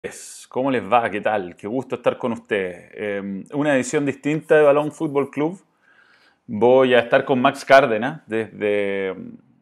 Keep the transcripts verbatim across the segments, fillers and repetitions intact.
Pues, ¿cómo les va? ¿Qué tal? Qué gusto estar con ustedes. Eh, una edición distinta de Balón Fútbol Club. Voy a estar con Max Cárdenas desde,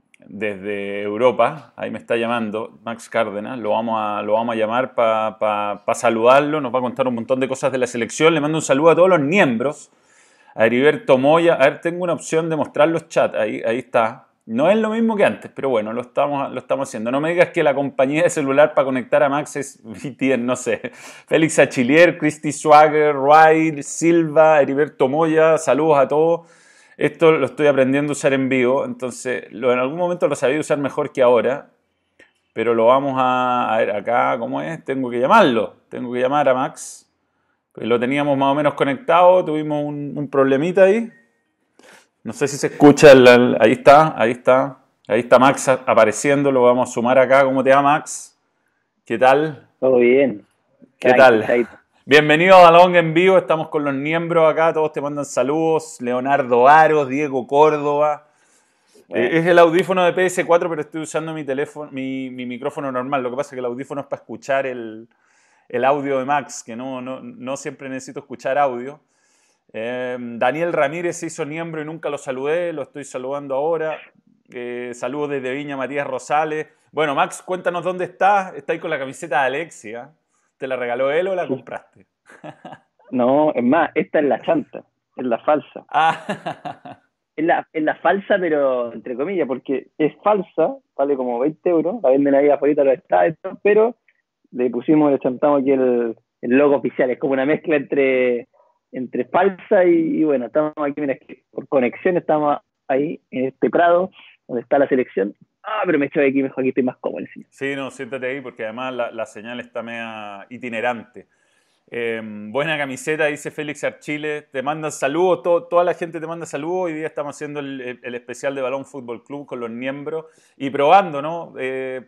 desde Europa. Ahí me está llamando Max Cárdenas. Lo vamos a, lo vamos a llamar para pa, pa saludarlo. Nos va a contar un montón de cosas de la selección. Le mando un saludo a todos los miembros. A Heriberto Moya. A ver, tengo una opción de mostrar los chats. Ahí, ahí está. No es lo mismo que antes, pero bueno, lo estamos, lo estamos haciendo. No me digas que la compañía de celular para conectar a Max es B T N, no sé. Félix Achillier, Christy Swagger, Wright, Silva, Heriberto Moya, saludos a todos. Esto lo estoy aprendiendo a usar en vivo, entonces lo, en algún momento lo sabía usar mejor que ahora, pero lo vamos a, a ver acá, ¿cómo es? Tengo que llamarlo, tengo que llamar a Max. Pues lo teníamos más o menos conectado, tuvimos un, un problemita ahí. No sé si se escucha, el, el- ahí está, ahí está, ahí está Max apareciendo, lo vamos a sumar acá. ¿Cómo te va, Max? ¿Qué tal? Todo bien, ¿Qué tranqui, tal? Chaito. Bienvenido a Balón en Vivo, estamos con los miembros acá, todos te mandan saludos. Leonardo Aros, Diego Córdoba. Eh, Bueno, es el audífono de P S cuatro, pero estoy usando mi teléfono, mi, mi micrófono normal. Lo que pasa es que el audífono es para escuchar el, el audio de Max, que no, no, no siempre necesito escuchar audio. Eh, Daniel Ramírez se hizo miembro y nunca lo saludé, lo estoy saludando ahora. Eh, saludos desde Viña, Matías Rosales. Bueno, Max, cuéntanos dónde estás. Está ahí con la camiseta de Alexia. ¿Te la regaló él o la sí. compraste? No, es más, esta es la chanta, es la falsa. Ah, Es la, es la falsa, pero entre comillas, porque es falsa, vale como veinte euros, la venden ahí afuera, lo está, esto, pero le pusimos, le chantamos aquí el, el logo oficial, es como una mezcla entre, entre falsa y, y bueno, estamos aquí, mira, por conexión estamos ahí en este prado, donde está la selección. Ah, pero me echo de aquí mejor, aquí estoy más cómodo, señor. sí, no, siéntate ahí porque además la, la señal está media itinerante. Eh, buena camiseta, dice Félix Archile. Te mandan saludos, todo- toda la gente te manda saludos. Hoy día estamos haciendo el, el- el especial de Balón Fútbol Club con los miembros y probando, ¿no? Eh,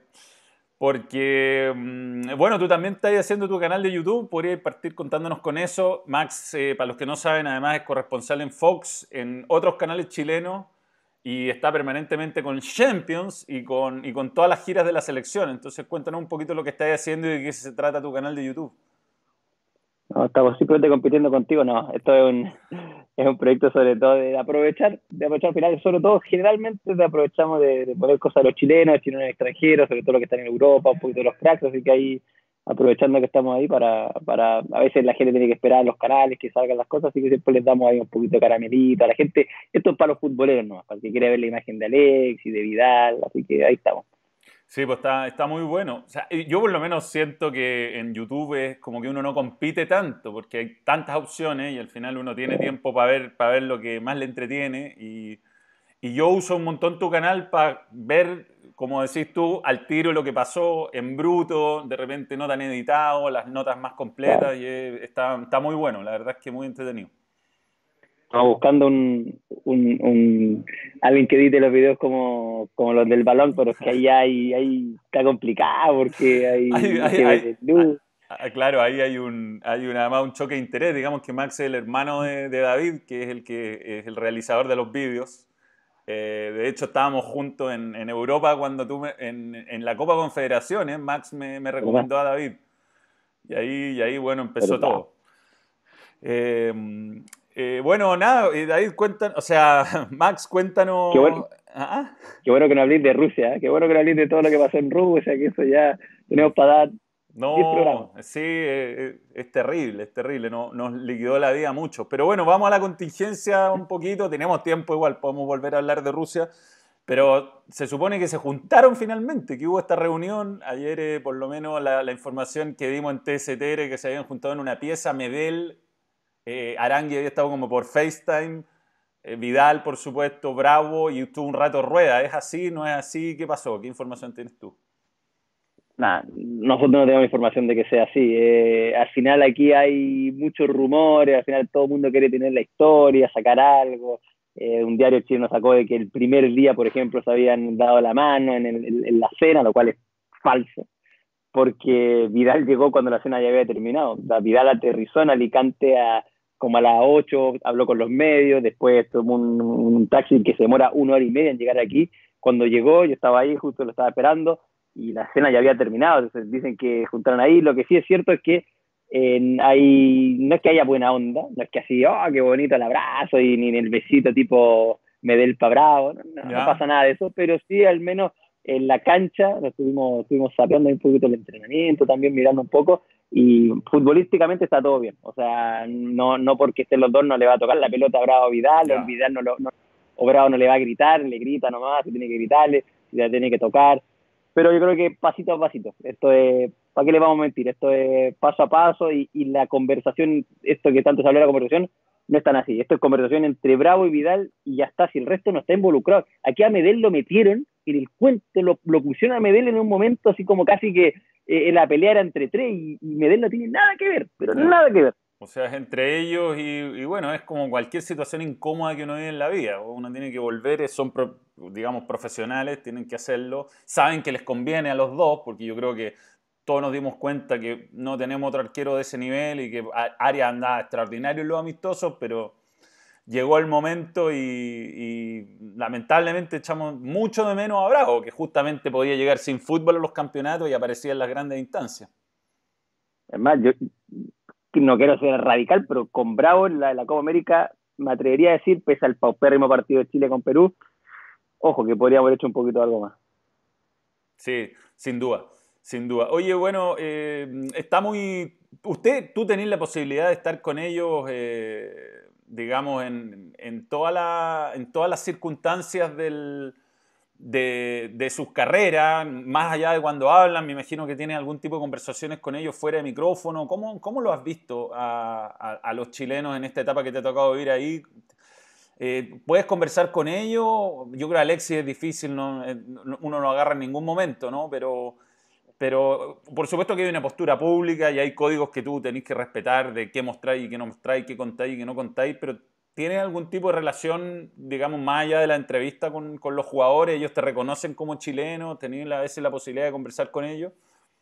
porque, mm, bueno, tú también estás haciendo tu canal de YouTube. Podrías partir contándonos con eso. Max, eh, para los que no saben, además es corresponsal en Fox, en otros canales chilenos y está permanentemente con Champions y con, y con todas las giras de la selección. Entonces, cuéntanos un poquito lo que estás haciendo y de qué se trata tu canal de YouTube. No, estamos simplemente compitiendo contigo, no. Esto es un, es un proyecto sobre todo de aprovechar, de aprovechar finales, sobre todo generalmente de aprovechamos de, de poner cosas a los chilenos, chilenos extranjeros, sobre todo los que están en Europa, un poquito de los cracks, así que ahí aprovechando que estamos ahí para, para, a veces la gente tiene que esperar los canales, que salgan las cosas, así que siempre les damos ahí un poquito de caramelito a la gente. Esto es para los futboleros, ¿no? Para el que quiere ver la imagen de Alex y de Vidal, así que ahí estamos. Sí, pues está, está muy bueno. O sea, yo por lo menos siento que en YouTube es como que uno no compite tanto, porque hay tantas opciones y al final uno tiene tiempo para ver, para ver lo que más le entretiene. Y, y yo uso un montón tu canal para ver, como decís tú, al tiro lo que pasó en bruto, de repente no tan editado, las notas más Claro. completas, y es- está, está muy bueno, la verdad es que muy entretenido. Estamos buscando un, un, un, alguien que edite los videos como, como los del balón, pero es que ahí hay, ahí está complicado porque Hay, hay hay, que hay- ver luz. ah, claro, ahí hay un, hay una, además un choque de interés. Digamos que Max es el hermano de, de David, que es el que es el realizador de los vídeos. Eh, de hecho, estábamos juntos en, en Europa cuando tú me- en, en la Copa Confederaciones, Max me, me ¿Verdad? recomendó a David. Y ahí, y ahí bueno, empezó ¿Verdad? todo. Eh, eh, bueno, nada, eh, David, cuéntanos, o sea, Max, Qué bueno, cuéntanos. Ah, qué bueno que no habléis de Rusia, ¿eh? Qué bueno que no habléis de todo lo que pasó en Rusia, que eso ya tenemos para dar diez programas. no, sí, eh, eh, es terrible, es terrible, no, nos liquidó la vida a muchos. Pero bueno, vamos a la contingencia un poquito, tenemos tiempo igual, podemos volver a hablar de Rusia, pero se supone que se juntaron finalmente, que hubo esta reunión, ayer eh, por lo menos la, la información que dimos en T S T era que se habían juntado en una pieza, Medel, eh, Arangui había estado como por FaceTime, eh, Vidal por supuesto, Bravo, y estuvo un rato Rueda, ¿es así? ¿No es así? ¿Qué pasó? ¿Qué información tienes tú? Nada, nosotros no tenemos información de que sea así. Eh, al final aquí hay muchos rumores, al final todo el mundo quiere tener la historia, sacar algo. Eh, un diario chino sacó de que el primer día, por ejemplo, se habían dado la mano en, el, en la cena, lo cual es falso, porque Vidal llegó cuando la cena ya había terminado. O sea, Vidal aterrizó en Alicante a, como a las ocho, habló con los medios, después tomó un, un taxi que se demora una hora y media en llegar aquí. Cuando llegó, yo estaba ahí, justo lo estaba esperando, y la cena ya había terminado, entonces dicen que juntaron ahí. Lo que sí es cierto es que eh, hay, no es que haya buena onda, no es que así, oh, qué bonito el abrazo y ni el besito tipo Medel pa' Bravo, no, no, no ¿Ya? pasa nada de eso, pero sí al menos en la cancha nos estuvimos, estuvimos sapeando un poquito el entrenamiento, también mirando un poco, y futbolísticamente está todo bien, o sea, no, no porque estén los dos no le va a tocar la pelota a Bravo Vidal, o el Ya. Vidal no lo, no, o Bravo no le va a gritar, le grita nomás, se tiene que gritarle, se la tiene que tocar, pero yo creo que pasito a pasito, esto es, ¿para qué le vamos a mentir? Esto es paso a paso y, y la conversación, esto que tanto se habló de la conversación, no es tan así. Esto es conversación entre Bravo y Vidal y ya está, si el resto no está involucrado. Aquí a Medel lo metieron en el cuento, lo, lo pusieron a Medel en un momento así como casi que eh, la pelea era entre tres y, y Medel no tiene nada que ver, pero Ya. nada que ver. O sea, es entre ellos y, y bueno, es como cualquier situación incómoda que uno vive en la vida. Uno tiene que volver, son, pro- digamos, profesionales, tienen que hacerlo. Saben que les conviene a los dos, porque yo creo que todos nos dimos cuenta que no tenemos otro arquero de ese nivel y que A- Arias andaba extraordinario en los amistosos, pero llegó el momento y, y lamentablemente echamos mucho de menos a Bravo, que justamente podía llegar sin fútbol a los campeonatos y aparecía en las grandes instancias. Además, yo no quiero ser radical, pero con Bravo en la, la Copa América me atrevería a decir, pese al paupérrimo partido de Chile con Perú, ojo que podría haber hecho un poquito algo más. Sí, sin duda, sin duda. Oye, bueno, eh, está muy... Usted, tú tenés la posibilidad de estar con ellos, eh, digamos, en, en, toda la, en todas las circunstancias del, de, de sus carreras, más allá de cuando hablan, me imagino que tiene algún tipo de conversaciones con ellos fuera de micrófono. ¿Cómo, cómo lo has visto a, a, a los chilenos en esta etapa que te ha tocado vivir ahí? Eh, ¿puedes conversar con ellos? Yo creo que Alexis es difícil, ¿no? Eh, no- uno no lo agarra en ningún momento, ¿no? Pero, pero por supuesto que hay una postura pública y hay códigos que tú tenés que respetar de qué mostráis y qué no mostráis, qué contáis y qué no contáis, pero ¿tienes algún tipo de relación, digamos, más allá de la entrevista con, con los jugadores? ¿Ellos te reconocen como chileno? ¿Tenés a veces la posibilidad de conversar con ellos?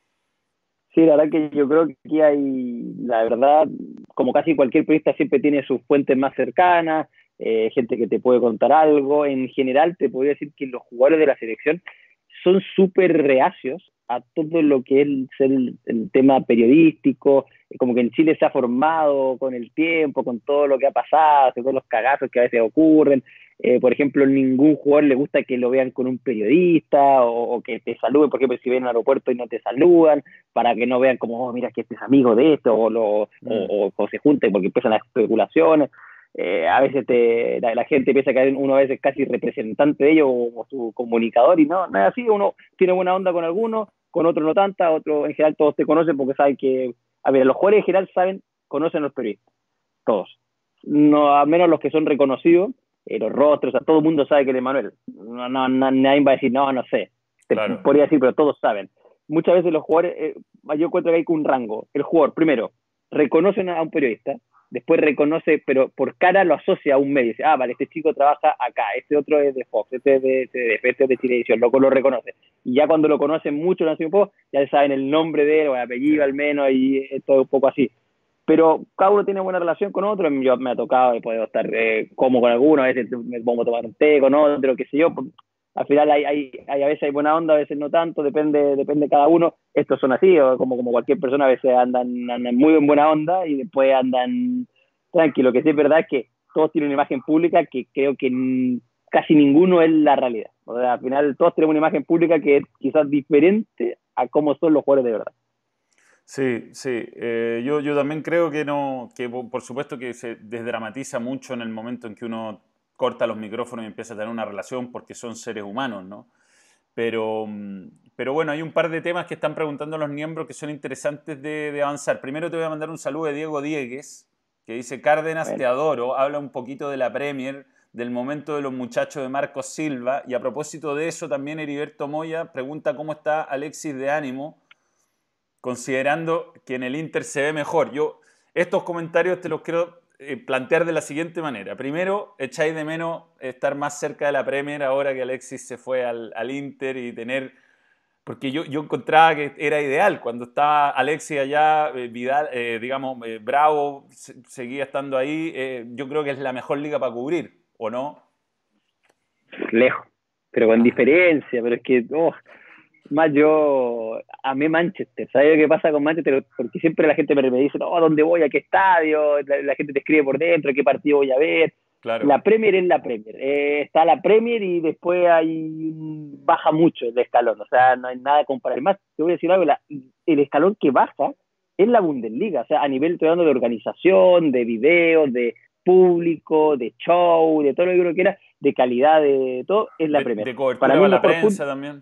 Sí, la verdad que yo creo que aquí hay, la verdad, como casi cualquier periodista siempre tiene sus fuentes más cercanas, eh, gente que te puede contar algo. En general, te podría decir que los jugadores de la selección son súper reacios a todo lo que es el, el, tema periodístico, como que en Chile se ha formado con el tiempo, con todo lo que ha pasado, con todos los cagazos que a veces ocurren. Eh, por ejemplo, ningún jugador le gusta que lo vean con un periodista o, o que te saluden, por ejemplo, si ven al aeropuerto y no te saludan, para que no vean como, oh, mira que este es amigo de esto, o, lo, o, Mm, o, o se junten porque empiezan las especulaciones. Eh, a veces te, la, la, gente piensa que uno a veces es casi representante de ellos o, o, su comunicador y no, no es así, uno tiene buena onda con algunos, con otros no tanta, otros en general todos te conocen porque saben que, a ver, los jugadores en general saben, conocen a los periodistas, todos, no, al menos los que son reconocidos, eh, los rostros, o sea, todo el mundo sabe que es de Manuel, no, no, no, nadie va a decir, no, no sé, te claro. podría decir, pero todos saben. Muchas veces los jugadores, eh, yo encuentro que hay un rango, el jugador, primero, reconoce a un periodista, después reconoce, pero por cara lo asocia a un medio. Dice, ah, vale, este chico trabaja acá, este otro es de Fox, este es de, este es de, este es de Chilevisión, loco lo reconoce. Y ya cuando lo conocen mucho, lo un poco, ya saben el nombre de él o el apellido Yeah. al menos, y esto es un poco así. Pero cada uno tiene buena relación con otro. Yo me ha tocado, he podido estar eh, como con algunos, a veces me pongo a tomar un té con otro, qué sé yo. Al final hay, hay, hay, a veces hay buena onda, a veces no tanto, depende, depende de cada uno. Estos son así, o como, como cualquier persona, a veces andan, andan muy en buena onda y después andan tranquilo. Lo que sí es verdad es que todos tienen una imagen pública que creo que casi ninguno es la realidad. O sea, al final todos tenemos una imagen pública que es quizás diferente a cómo son los jugadores de verdad. Sí, sí. Eh, yo, yo también creo que no, que po- por supuesto que se desdramatiza mucho en el momento en que uno corta los micrófonos y empieza a tener una relación porque son seres humanos, ¿no? Pero, mm, pero bueno, hay un par de temas que están preguntando los miembros que son interesantes de, de avanzar. Primero te voy a mandar un saludo de Diego Diegues, que dice, Cárdenas, te Bueno, adoro, habla un poquito de la Premier, del momento de los muchachos de Marcos Silva, y a propósito de eso también Heriberto Moya pregunta cómo está Alexis de ánimo, considerando que en el Inter se ve mejor. Yo estos comentarios te los quiero eh, plantear de la siguiente manera. Primero, echáis de menos estar más cerca de la Premier ahora que Alexis se fue al, al Inter y tener... Porque yo, yo encontraba que era ideal cuando estaba Alexis allá, eh, Vidal, eh, digamos, eh, Bravo se, seguía estando ahí. Eh, yo creo que es la mejor liga para cubrir, ¿o no? lejos, pero con Ah, diferencia, pero es que, oh, Más yo, a mí Manchester, ¿sabes qué pasa con Manchester? Porque siempre la gente me, me dice, no, ¿a dónde voy? ¿A qué estadio? La, la gente te escribe por dentro, ¿qué partido voy a ver? Claro. La Premier es la Premier. Eh, está la Premier y después hay baja mucho el escalón. O sea, no hay nada comparable. Más, te voy a decir algo, la, el escalón que baja es la Bundesliga. O sea, a nivel, estoy hablando de organización, de videos, de público, de show, de todo lo que uno quiera, de calidad, de todo, es la De, Premier. de cobertura Para mí para el la mejor prensa fútbol, también.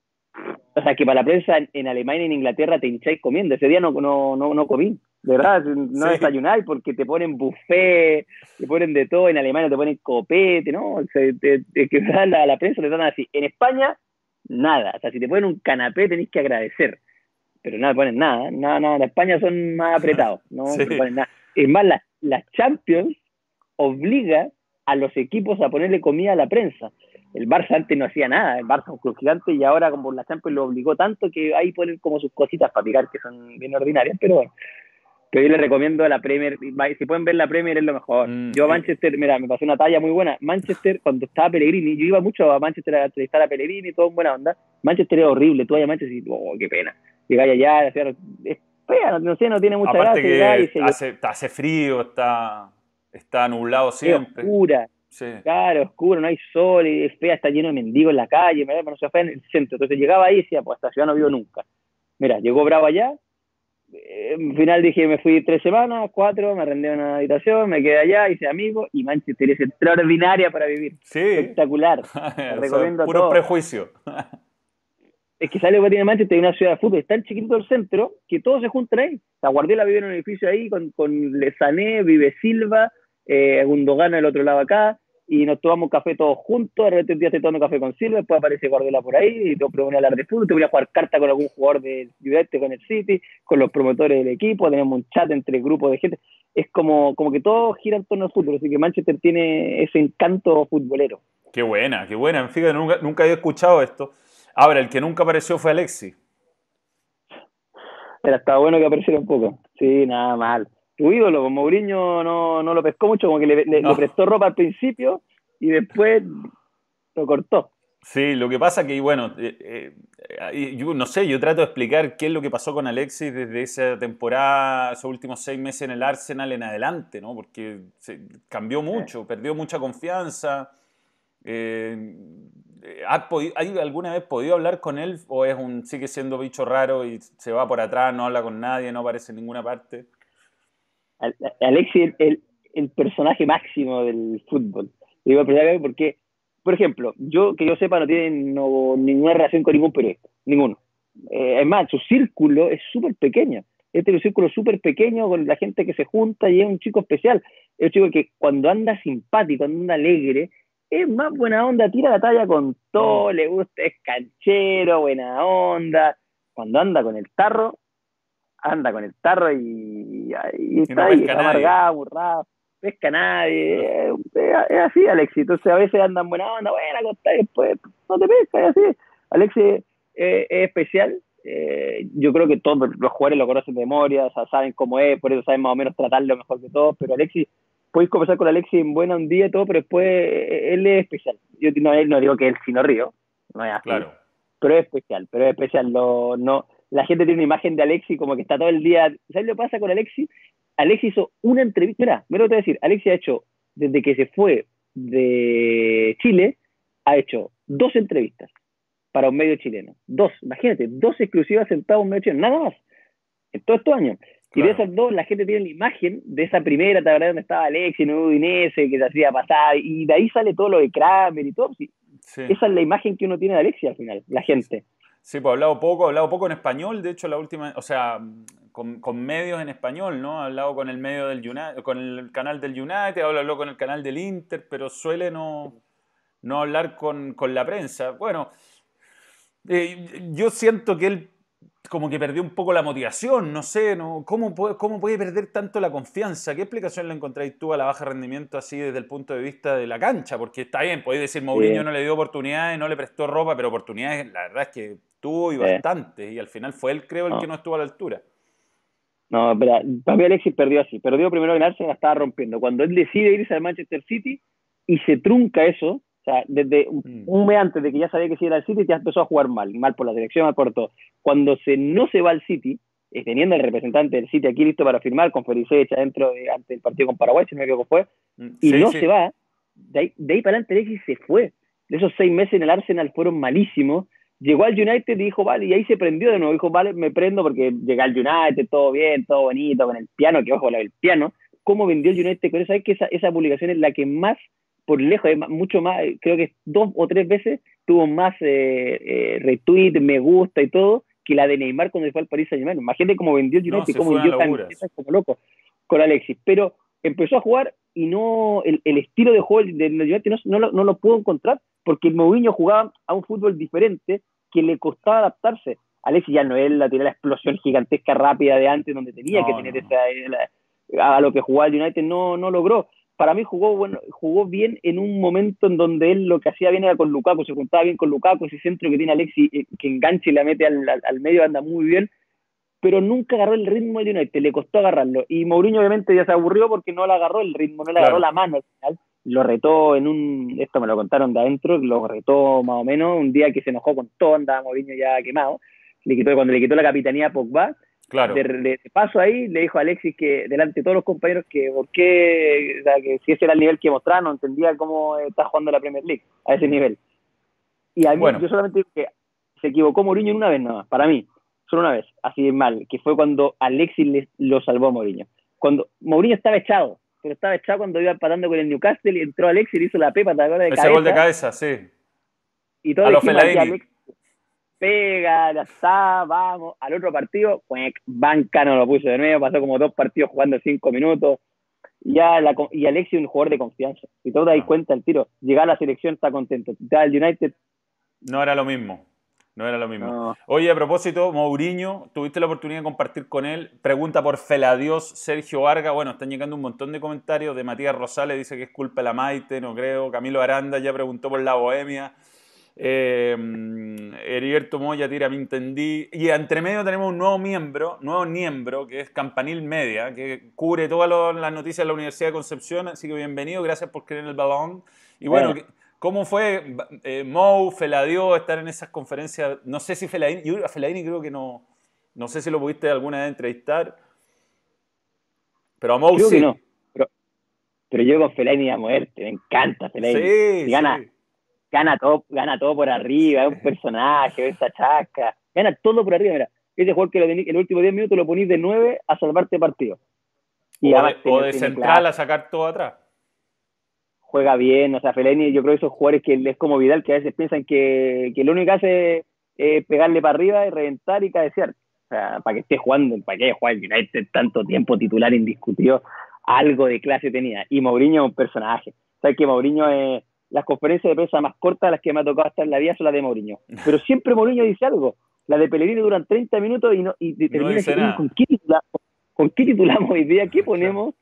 o sea, que para la prensa en, en Alemania y en Inglaterra te hincháis comiendo. Ese día no, no, no, no comí. De verdad, no Sí. desayunáis porque te ponen buffet, te ponen de todo. En Alemania te ponen copete, ¿no? Se, te, te, que la, la prensa te tratan así. En España, nada. O sea, si te ponen un canapé tenés que agradecer. Pero no te ponen nada, nada, nada. En España son más apretados, no Sí. te ponen nada. Es más, las la Champions obliga a los equipos a ponerle comida a la prensa. El Barça antes no hacía nada, el Barça es un club gigante y ahora como la Champions lo obligó tanto que ahí ponen como sus cositas para picar que son bien ordinarias, pero bueno. Pero yo les recomiendo la Premier, si pueden ver la Premier es lo mejor. Mm, Yo a eh, Manchester, mira, me pasó una talla muy buena. Manchester, cuando estaba Pellegrini, yo iba mucho a Manchester a entrevistar a Pellegrini, todo en buena onda. Manchester es horrible, tú vas a Manchester y oh, qué pena. Llegáis allá, es fea, no, no sé, no tiene mucha aparte gracia, llegáis y que se hace, hace frío, está, está nublado es siempre. oscura, Sí. claro, oscuro, no hay sol, y es fea, está lleno de mendigos en la calle, ¿verdad? Pero no se fue en el centro. Entonces llegaba ahí y decía, pues esta ciudad no vivo nunca. Mira, llegó Bravo allá, eh, al final dije, me fui tres semanas, cuatro, me arrendé una habitación, me quedé allá, hice amigos, y Manchester es extraordinaria para vivir, Sí. espectacular, la O sea, recomiendo a puro todos. prejuicio. Es que sale lo que tiene Manchester, hay una ciudad de fútbol, es tan chiquito el centro, que todos se juntan ahí. La Guardiola vive en un edificio ahí, con, con Sané, vive Silva, eh, Gundogan al otro lado acá, y nos tomamos un café todos juntos, de repente un día estoy tomando café con Silva, después aparece Guardiola por ahí, y te voy a hablar de fútbol, te voy a jugar carta con algún jugador del United, con el City, con los promotores del equipo, tenemos un chat entre grupos de gente, es como, como que todo gira en torno al fútbol, así que Manchester tiene ese encanto futbolero. Qué buena, qué buena. Fíjate, nunca, nunca había escuchado esto. Ahora, el que nunca apareció fue Alexis. Era estaba bueno que apareciera un poco. Sí, nada mal. Tu ídolo, como Mourinho no, no lo pescó mucho, como que le, le, le No. prestó ropa al principio y después lo cortó. Sí, lo que pasa que, bueno, eh, eh, yo no sé, yo trato de explicar qué es lo que pasó con Alexis desde esa temporada, esos últimos seis meses en el Arsenal en adelante, ¿no? Porque se, cambió Eh, mucho, perdió mucha confianza. Eh, ¿has podido- ¿Hay alguna vez podido hablar con él o es un sigue siendo bicho raro y se va por atrás, no habla con nadie, no aparece en ninguna parte? Alexis es el, el, personaje máximo del fútbol. Digo, porque, por ejemplo, yo que yo sepa no tiene no, ninguna relación con ningún periodista, ninguno. Eh, es más, su círculo es súper pequeño. Este es un círculo súper pequeño con la gente que se junta y es un chico especial. Es un chico que cuando anda simpático, cuando anda alegre, es más buena onda, tira la talla con Mm. todo, le gusta, es canchero, buena onda. Cuando anda con el tarro, anda con el tarro y, y Y no está ahí, pesca a está nadie. amargado, aburrado, pesca a nadie, es, es así Alexis, entonces a veces andan buena onda, buena costa, y después no te pesca, es así. Alexis eh, es especial, eh, yo creo que todos los jugadores lo conocen de memoria, o sea, saben cómo es, por eso saben más o menos tratarlo mejor que todos, pero Alexis, podéis conversar con Alexis en buena un día y todo, pero después eh, él es especial. Yo no, no digo que él sino Río, no es así, Claro. pero es especial, pero es especial, lo, no, la gente tiene una imagen de Alexis como que está todo el día. ¿Sabes lo que pasa con Alexis? Alexis hizo una entrevista. Mira, mira lo que te voy a decir. Alexis ha hecho, desde que se fue de Chile, ha hecho dos entrevistas para un medio chileno. Dos, imagínate, dos exclusivas sentadas en un medio chileno, nada más, en todos estos años. Y de Claro. esas dos, la gente tiene la imagen de esa primera, ¿te acuerdas donde estaba Alexis, en Udinese, que se hacía pasar? Y de ahí sale todo lo de Kramer y todo. Sí, Sí. esa es la imagen que uno tiene de Alexis al final, la gente. Sí, pues he hablado poco, he hablado poco en español, de hecho la última, o sea, con, con medios en español, ¿no? He hablado con el medio del United, con el canal del United, he hablado con el canal del Inter, pero suele no, no hablar con, con la prensa. Bueno, eh, yo siento que él como que perdió un poco la motivación, no sé, ¿no? ¿Cómo puede, cómo puede perder tanto la confianza? ¿Qué explicación le encontráis tú a la baja rendimiento así desde el punto de vista de la cancha? Porque está bien, podéis decir Mourinho Eh, no le dio oportunidades, no le prestó ropa, pero oportunidades la verdad es que tuvo y eh, bastantes, y al final fue él, creo, el que no. no estuvo a la altura. No, pero para mí Alexis perdió así. Perdió primero que el Arsenal, la estaba rompiendo. Cuando él decide irse al Manchester City y se trunca eso, O sea, desde Mm. un mes antes de que ya sabía que se iba al City, ya empezó a jugar mal, mal por la selección, mal por todo. Cuando se, no se va al City, eh, teniendo el representante del City aquí listo para firmar, con Felicecha dentro de, antes del partido con Paraguay, si no me equivoco fue, Mm. y Sí, no sí. se va, de ahí, de ahí para adelante Alexis se fue. De esos seis meses en el Arsenal fueron malísimos. Llegó al United y dijo, vale, y ahí se prendió de nuevo. Dijo, vale, me prendo porque llegué al United, todo bien, todo bonito, con el piano, que ojo, el piano. ¿Cómo vendió el United con eso? ¿Sabes que esa, esa publicación es la que más, por lejos, mucho más, creo que dos o tres veces tuvo más eh, eh, retweet, me gusta y todo, que la de Neymar cuando se fue al Paris Saint-Germain? Imagínate cómo vendió el No, United, se cómo fue una vendió locura. camisetas como loco con Alexis. Pero empezó a jugar y no el, el estilo de juego del United no, no, lo, no lo pudo encontrar porque el Mourinho jugaba a un fútbol diferente que le costaba adaptarse. Alexis ya no es la, tiene la explosión gigantesca rápida de antes donde tenía No, que no, tener no. esa la, a lo que jugaba el United no, no logró. Para mí jugó bueno, jugó bien en un momento en donde él lo que hacía bien era con Lukaku, se juntaba bien con Lukaku, ese centro que tiene Alexis que engancha y la mete al, al, al medio, anda muy bien, pero nunca agarró el ritmo del United, le costó agarrarlo. Y Mourinho obviamente ya se aburrió porque no le agarró el ritmo, no le agarró Claro. la mano al final. Lo retó en un, esto me lo contaron de adentro, lo retó más o menos, un día que se enojó con todo, andaba Mourinho ya quemado, le quitó, cuando le quitó la capitanía a Pogba, Claro. de, de paso ahí le dijo a Alexis que delante de todos los compañeros que por qué, o sea, que si ese era el nivel que mostraba, no entendía cómo está jugando la Premier League a ese nivel. Y a mí, Bueno. yo solamente digo que se equivocó Mourinho en una vez nada más, para mí, solo una vez, así de mal, que fue cuando Alexis le, lo salvó a Mourinho. Cuando Mourinho estaba echado, pero estaba echado cuando iba empatando con el Newcastle y entró Alexis y le hizo la pepa de Ese cabeza. gol de cabeza, sí. Y todos A los dijimos aquí, Fellaini. Alexis pega, ya está, vamos. Al otro partido, pues, banca no lo puso de nuevo, pasó como dos partidos jugando cinco minutos. Ya la, y Alexis es un jugador de confianza. Y todo te das cuenta el tiro. Llegar a la selección está contento. Ya el United no era lo mismo. No era lo mismo. no. Oye, a propósito, Mourinho, tuviste la oportunidad de compartir con él. Pregunta por Feladios, Sergio Vargas. Bueno, están llegando un montón de comentarios. De Matías Rosales dice que es culpa de la Maite, no creo. Camilo Aranda ya preguntó por la Bohemia. Eh, Heriberto Moya tira, me entendí. Y entre medio tenemos un nuevo miembro, nuevo miembro, que es Campanil Media, que cubre todas las noticias de la Universidad de Concepción. Así que bienvenido, gracias por creer en el balón. Y bueno, eh. ¿cómo fue eh, Mou, Feladio, estar en esas conferencias? No sé si Fellaini, yo a Fellaini creo que no, no sé si lo pudiste alguna vez entrevistar, pero a Mou creo sí. que no, pero, pero yo con Fellaini a muerte, me encanta Fellaini. Sí, si gana, sí. Gana todo, gana todo por arriba, es un personaje, esa chasca, gana todo por arriba, mira, ese jugador que lo tenés, el último diez minutos lo ponís de nueve a salvarte partido. Y o de, tiene, o de central clase. A sacar todo atrás. Juega bien, o sea, Fellaini, yo creo que esos jugadores que es como Vidal, que a veces piensan que, que lo único que hace es pegarle para arriba y reventar y cabecear. O sea, para que esté jugando, para que haya jugado el United tanto tiempo titular indiscutido, algo de clase tenía. Y Mourinho es un personaje. ¿Sabes que Mourinho es... Las conferencias de prensa más cortas las que me ha tocado estar en la vida son las de Mourinho. Pero siempre Mourinho dice algo. Las de Pellegrini duran treinta minutos y, no, y termina no dice diciendo, ¿con qué, titulamos, ¿con qué titulamos hoy día? ¿Qué ponemos?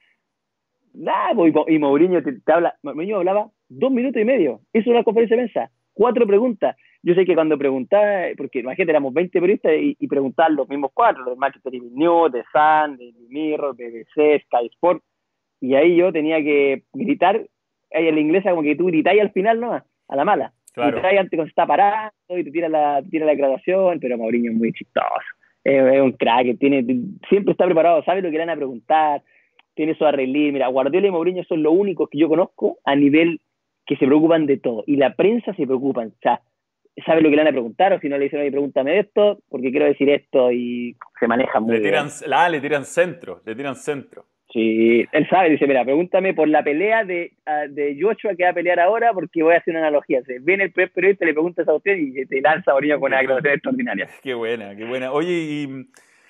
Nada, y, y Mourinho te, te habla, Mourinho hablaba dos minutos y medio. Eso es una conferencia de prensa. Cuatro preguntas. Yo sé que cuando preguntaba, porque imagínate, éramos veinte periodistas y, y preguntaban los mismos cuatro, de Manchester Evening News, de Sun, de Mirror, B B C, Sky Sport, y ahí yo tenía que gritar. Ahí en la inglesa como que tú gritáis al final, ¿no? A la mala. Claro. Gritáis antes cuando se está parando y te tira la, te tira la graduación, pero Mourinho es muy chistoso. Es, es un crack, tiene, siempre está preparado, sabe lo que le van a preguntar, tiene eso a arreglar. Mira, Guardiola y Mourinho son los únicos que yo conozco a nivel que se preocupan de todo. Y la prensa se preocupan. O sea, sabe lo que le van a preguntar, o si no le dicen, oye, pregúntame de esto, porque quiero decir esto, y se maneja muy le tiran, bien. La, le tiran centro, le tiran centro. Sí, él sabe, dice, mira, pregúntame por la pelea de, uh, de Joshua que va a pelear ahora porque voy a hacer una analogía. Se viene el primer periodista, le pregunta a usted y te lanza Mourinho con una aclaración extraordinaria. Qué buena, qué buena. Oye, y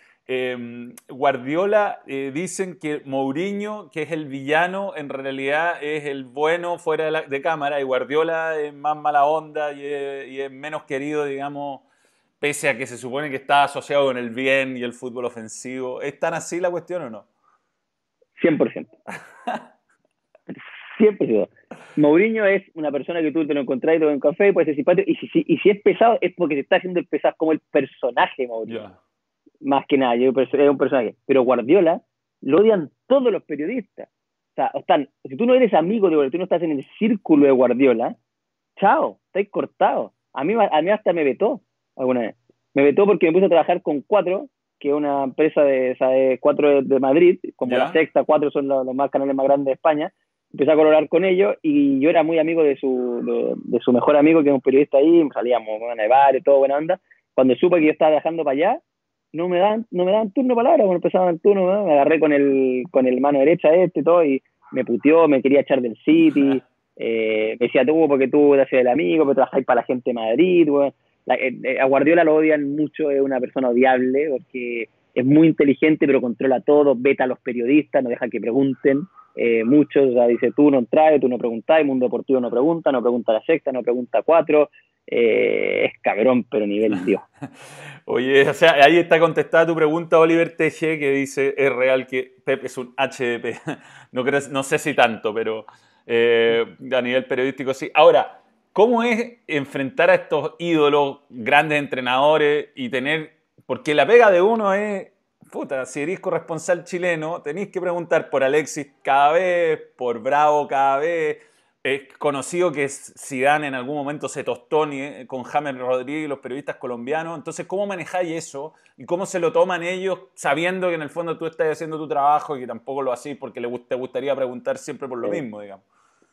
eh, Guardiola, eh, dicen que Mourinho, que es el villano, en realidad es el bueno fuera de, la, de cámara, y Guardiola es más mala onda y es, y es menos querido, digamos, pese a que se supone que está asociado con el bien y el fútbol ofensivo. ¿Es tan así la cuestión o no? cien por ciento. cien por ciento. Mourinho es una persona que tú te lo encontrás y te lo en un café, puede ser simpático, y si, si, y si es pesado es porque te está haciendo el pesado como el personaje Mourinho. Yeah. Más que nada, yo, es un personaje. Pero Guardiola lo odian todos los periodistas. O sea, están, si tú no eres amigo de Guardiola, tú no estás en el círculo de Guardiola, chao, estáis cortados. A mí, a mí hasta me vetó alguna vez. Me vetó porque me puse a trabajar con Cuatro, que es una empresa de, o sea, de Cuatro de, de Madrid, como La ¿Ya? Sexta, Cuatro son los, los más canales más grandes de España. Empecé a colaborar con ellos y yo era muy amigo de su, de, de su mejor amigo, que es un periodista ahí, salíamos a nevar y todo, buena onda. Cuando supe que yo estaba viajando para allá, no me dan, no me dan turno palabra, cuando empezaban el turno, ¿no? Me agarré con el, con el mano derecha este y todo, y me puteó, me quería echar del City, eh, me decía tú, porque tú te haces el amigo, pero trabajáis para la gente de Madrid, bueno. La, eh, a Guardiola lo odian mucho, es una persona odiable, porque es muy inteligente, pero controla todo, veta a los periodistas, no deja que pregunten, eh, muchos, o sea, dice tú no traes, tú no preguntás, el Mundo Deportivo no pregunta, no pregunta La Sexta, no pregunta Cuatro, eh, es cabrón, pero nivel Dios. Oye, o sea, ahí está contestada tu pregunta, Oliver T G, que dice, es real que Pep es un H D P. No, creo, no sé si tanto, pero eh, a nivel periodístico sí. Ahora, ¿cómo es enfrentar a estos ídolos, grandes entrenadores y tener... Porque la pega de uno es, puta, si eres corresponsal chileno, tenéis que preguntar por Alexis cada vez, por Bravo cada vez. Es conocido que Zidane en algún momento se tostó ni- con James Rodríguez y los periodistas colombianos. Entonces, ¿cómo manejáis eso? ¿Y cómo se lo toman ellos sabiendo que en el fondo tú estás haciendo tu trabajo y que tampoco lo hacís porque le, te gustaría preguntar siempre por lo Eh, mismo, digamos?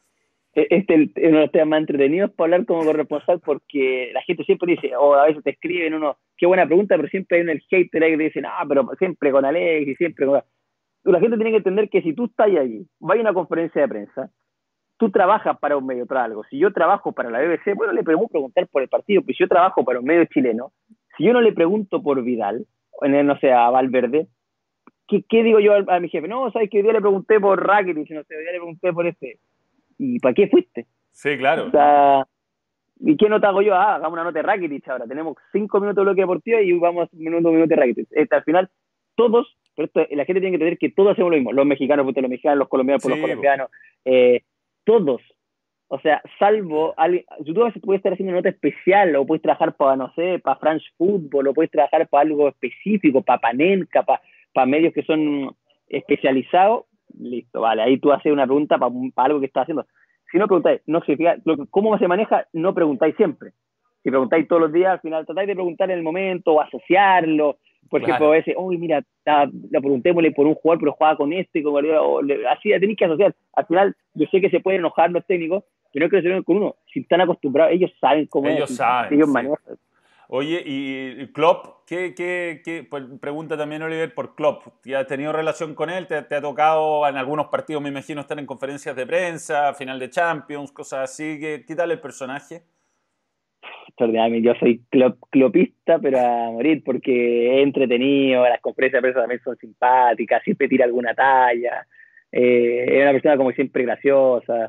este es uno de los temas más entretenidos para hablar como corresponsal, porque la gente siempre dice, o a veces te escriben uno, qué buena pregunta, pero siempre hay un el hater ahí que te dice, no, pero siempre con Alex y siempre con... La gente tiene que entender que si tú estás ahí, vas a una conferencia de prensa, tú trabajas para un medio, para algo. Si yo trabajo para la B B C, bueno, le podemos preguntar por el partido, pero si yo trabajo para un medio chileno, si yo no le pregunto por Vidal, o no sé, a Valverde, ¿qué, qué digo yo a, a, mi jefe? No, sabes que hoy día le pregunté por Rakitic, no sé, hoy día le pregunté por este. ¿Y para qué fuiste? Sí, O claro. sea, ¿y qué nota hago yo? Ah, hagamos una nota de Rakitic ahora. Tenemos cinco minutos de bloque deportivo y vamos un minuto, un minuto de Rakitic. Este, al final, todos, pero esto, la gente tiene que entender que todos hacemos lo mismo. Los mexicanos por los mexicanos, los colombianos por los Sí, po. colombianos. Eh, todos. O sea, salvo, alguien, tú a veces puedes estar haciendo una nota especial, o puedes trabajar para, no sé, para France Football, o puedes trabajar para algo específico, para Panenka, para, para medios que son especializados. Listo, vale, ahí tú haces una pregunta para, para algo que estás haciendo. Si no preguntáis, no significa, lo, cómo se maneja, no preguntáis siempre. Si preguntáis todos los días, al final tratáis de preguntar en el momento o asociarlo. Por ejemplo, a Claro. veces, uy, mira, la, la preguntémosle por un jugador, pero jugaba con este, con Guardiola, o le, así ya tenéis que asociar. Al final, yo sé que se pueden enojar los técnicos, pero no es que se enojen con uno. Si están acostumbrados, ellos saben cómo es, Ellos saben, ellos sí. manejan. Oye, y Klopp, ¿qué, qué, qué? Pues pregunta también Oliver por Klopp. ¿Ya has tenido relación con él? ¿Te, te ha tocado en algunos partidos, me imagino, estar en conferencias de prensa, final de Champions, cosas así? ¿Qué, qué tal el personaje? Extraordinario. Yo soy clop, clopista, pero a morir, porque es entretenido, las conferencias de prensa también son simpáticas, siempre tira alguna talla, eh, es una persona como siempre graciosa,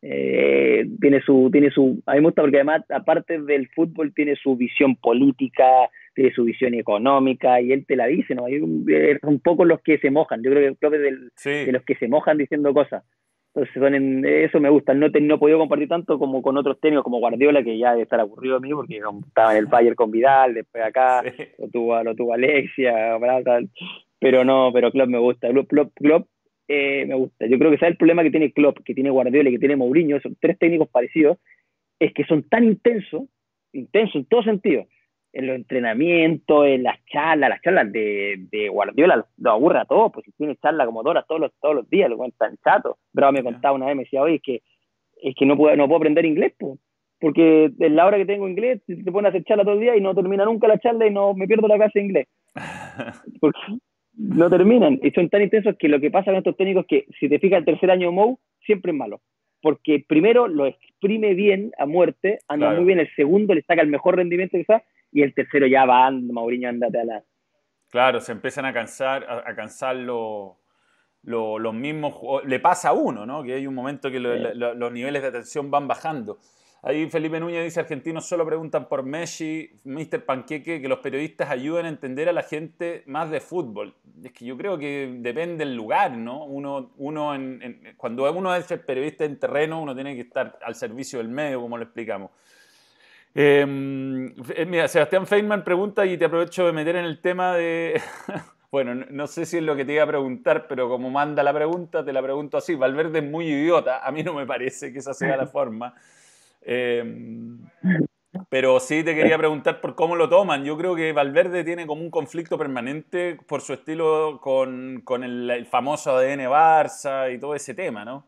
eh, tiene su, tiene su, a mí me gusta porque además, aparte del fútbol, tiene su visión política, tiene su visión económica, y él te la dice, ¿no? Hay un, son pocos los que se mojan, yo creo que Klopp es del, de Sí, los que se mojan diciendo cosas. Entonces, son en, eso me gusta. No, te, no he podido compartir tanto como con otros técnicos, como Guardiola, que ya debe estar aburrido de mí, porque estaba en el Bayern con Vidal, después acá sí. lo tuvo, lo tuvo Alexia, tal. Pero no, pero Klopp me gusta. Klopp, Klopp eh, me gusta. Yo creo que ese es el problema que tiene Klopp, que tiene Guardiola y que tiene Mourinho, son tres técnicos parecidos, es que son tan intensos, intensos en todo sentido, en los entrenamientos, en las charlas, las charlas de, de Guardiola lo aburre a todos, pues si tiene charlas como dos horas todos los, todos los días, lo cuentan chato. Bravo me Ya. contaba una vez, me decía, oye, es que, es que no, puedo, no puedo aprender inglés, pues, porque en la hora que tengo inglés, te ponen a hacer charla todo el día y no termina nunca la charla y no me pierdo la clase de inglés, porque no terminan, y son tan intensos que lo que pasa con estos técnicos es que, si te fijas, el tercer año de Mou siempre es malo, porque primero lo exprime bien a muerte, anda muy Claro. bien, el segundo le saca el mejor rendimiento quizás, y el tercero ya va, Mourinho, andate a la... Claro, se empiezan a cansar, a, a cansar los, los, los mismos. jugó- Le pasa a uno, ¿no? Que hay un momento que lo- Eh, lo- los niveles de atención van bajando. Ahí Felipe Núñez dice: argentinos solo preguntan por Messi, míster Panqueque, que los periodistas ayuden a entender a la gente más de fútbol. Es que yo creo que depende del lugar, ¿no? Uno, uno en- en- cuando uno es el periodista en terreno, uno tiene que estar al servicio del medio, como lo explicamos. Eh, mira, Sebastián Feynman pregunta, y te aprovecho de meter en el tema de... Bueno, no, no sé si es lo que te iba a preguntar, pero como manda la pregunta, te la pregunto así. Valverde es muy idiota, a mí no me parece que esa sea la forma. Eh, pero sí te quería preguntar por cómo lo toman. Yo creo que Valverde tiene como un conflicto permanente por su estilo con, con el, el famoso A D N Barça y todo ese tema, ¿no?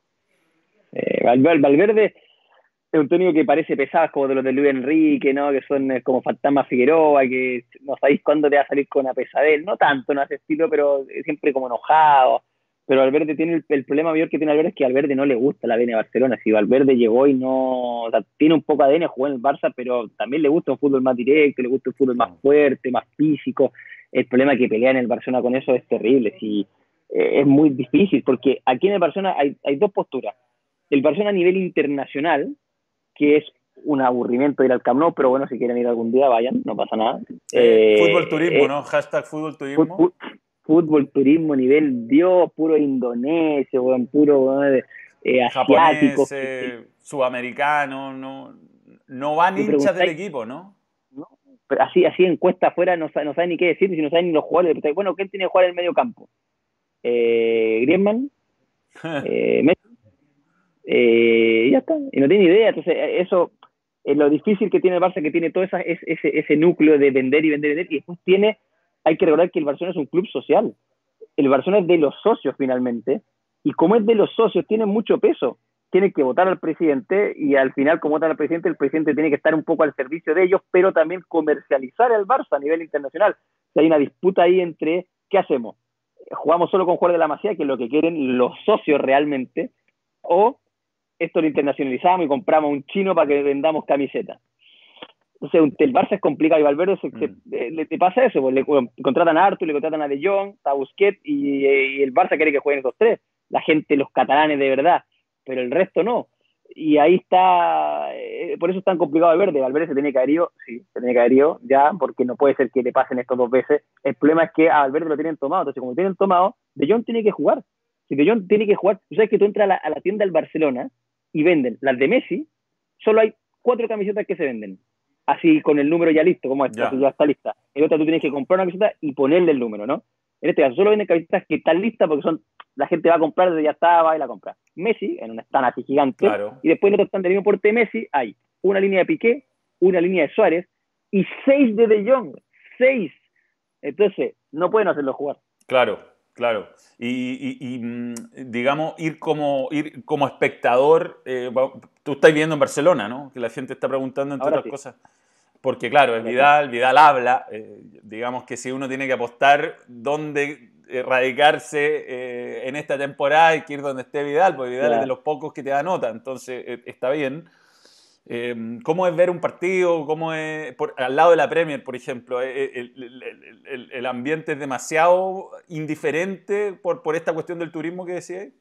Eh, Valver- Valverde es un técnico que parece pesado, como de los de Luis Enrique, ¿no? Que son eh, como fantasma Figueroa, que no sabéis cuándo te va a salir con una pesadez. No tanto, no hace estilo, pero siempre como enojado. Pero Valverde tiene el, el problema mayor que tiene Valverde es que a Valverde no le gusta la A D N de Barcelona. Si Valverde llegó y no, o sea, tiene un poco de A D N, jugó en el Barça, pero también le gusta un fútbol más directo, le gusta un fútbol más Claro. fuerte, más físico. El problema que pelea en el Barcelona con eso es terrible. Si, eh, es muy difícil, porque aquí en el Barcelona hay, hay dos posturas. El Barcelona a nivel internacional, que es un aburrimiento ir al Camp Nou, pero bueno, si quieren ir algún día, vayan, no pasa nada. Eh, fútbol Eh, turismo, eh, ¿no? Hashtag fútbol turismo. fútbol, fútbol, turismo, nivel Dios, puro indonesio, bueno, puro bueno, eh, asiático. Japonés, eh, sudamericano, no, no van Me hinchas del preguntáis, equipo, ¿no? ¿no? Pero así, así encuesta afuera, no, no saben ni qué decir, si no saben ni los jugadores. Preguntáis, bueno, ¿quién tiene que jugar en el medio campo? Eh, Griezmann, eh, Messi, eh, y ya está, y no tiene idea. Entonces, eso es lo difícil que tiene el Barça, que tiene todo esa, ese, ese núcleo de vender y vender y vender, y después tiene, hay que recordar que el Barcelona es un club social. El Barcelona es de los socios finalmente, y como es de los socios, tiene mucho peso. Tiene que votar al presidente, y al final, como votan al presidente, el presidente tiene que estar un poco al servicio de ellos, pero también comercializar al Barça a nivel internacional. Si hay una disputa ahí entre, ¿qué hacemos? ¿Jugamos solo con jugadores de la Masía, que es lo que quieren los socios realmente? ¿O esto lo internacionalizamos y compramos un chino para que vendamos camisetas? Entonces, el Barça es complicado y Valverde se, se, Mm. le, le, pasa eso, pues le contratan a Arthur, le contratan a De Jong, a Busquets y, y, el Barça quiere que jueguen esos tres. La gente, los catalanes de verdad, pero el resto no. Y ahí está, eh, por eso es tan complicado Valverde. Valverde se tiene que haber ido, sí, se tiene que haber ido ya, porque no puede ser que le pasen estos dos veces. El problema es que a Valverde lo tienen tomado, entonces como lo tienen tomado, De Jong tiene que jugar. Si De Jong tiene que jugar, tú sabes que tú entras a la, a la tienda del Barcelona y venden las de Messi, solo hay cuatro camisetas que se venden así con el número ya listo, como esta, así Ya. ya está lista. En otra tú tienes que comprar una camiseta y ponerle el número, ¿no? En este caso solo venden camisetas que están listas porque son, la gente va a comprar desde ya está, va y la compra. Messi, en una stand así gigante, Claro. y después en otro stand del mismo porte de Messi hay una línea de Piqué, una línea de Suárez y seis de De Jong. Seis. Entonces, no pueden hacerlo jugar. Claro, claro. Y, y- y, mm, digamos, ir como, ir como espectador, eh, va- tú estás viviendo en Barcelona, ¿no? Que la gente está preguntando, entre Ahora otras sí, cosas. Porque claro, es ahora sí. Vidal, Vidal habla, eh, digamos que si uno tiene que apostar dónde eh, radicarse eh, en esta temporada, hay que ir donde esté Vidal, porque Vidal es de Ya. los pocos que te da nota, entonces eh, está bien. Eh, ¿Cómo es ver un partido? ¿Cómo es, por- al lado de la Premier, por ejemplo? eh, ¿El, el- el- el- el ambiente es demasiado indiferente por, por esta cuestión del turismo que decías?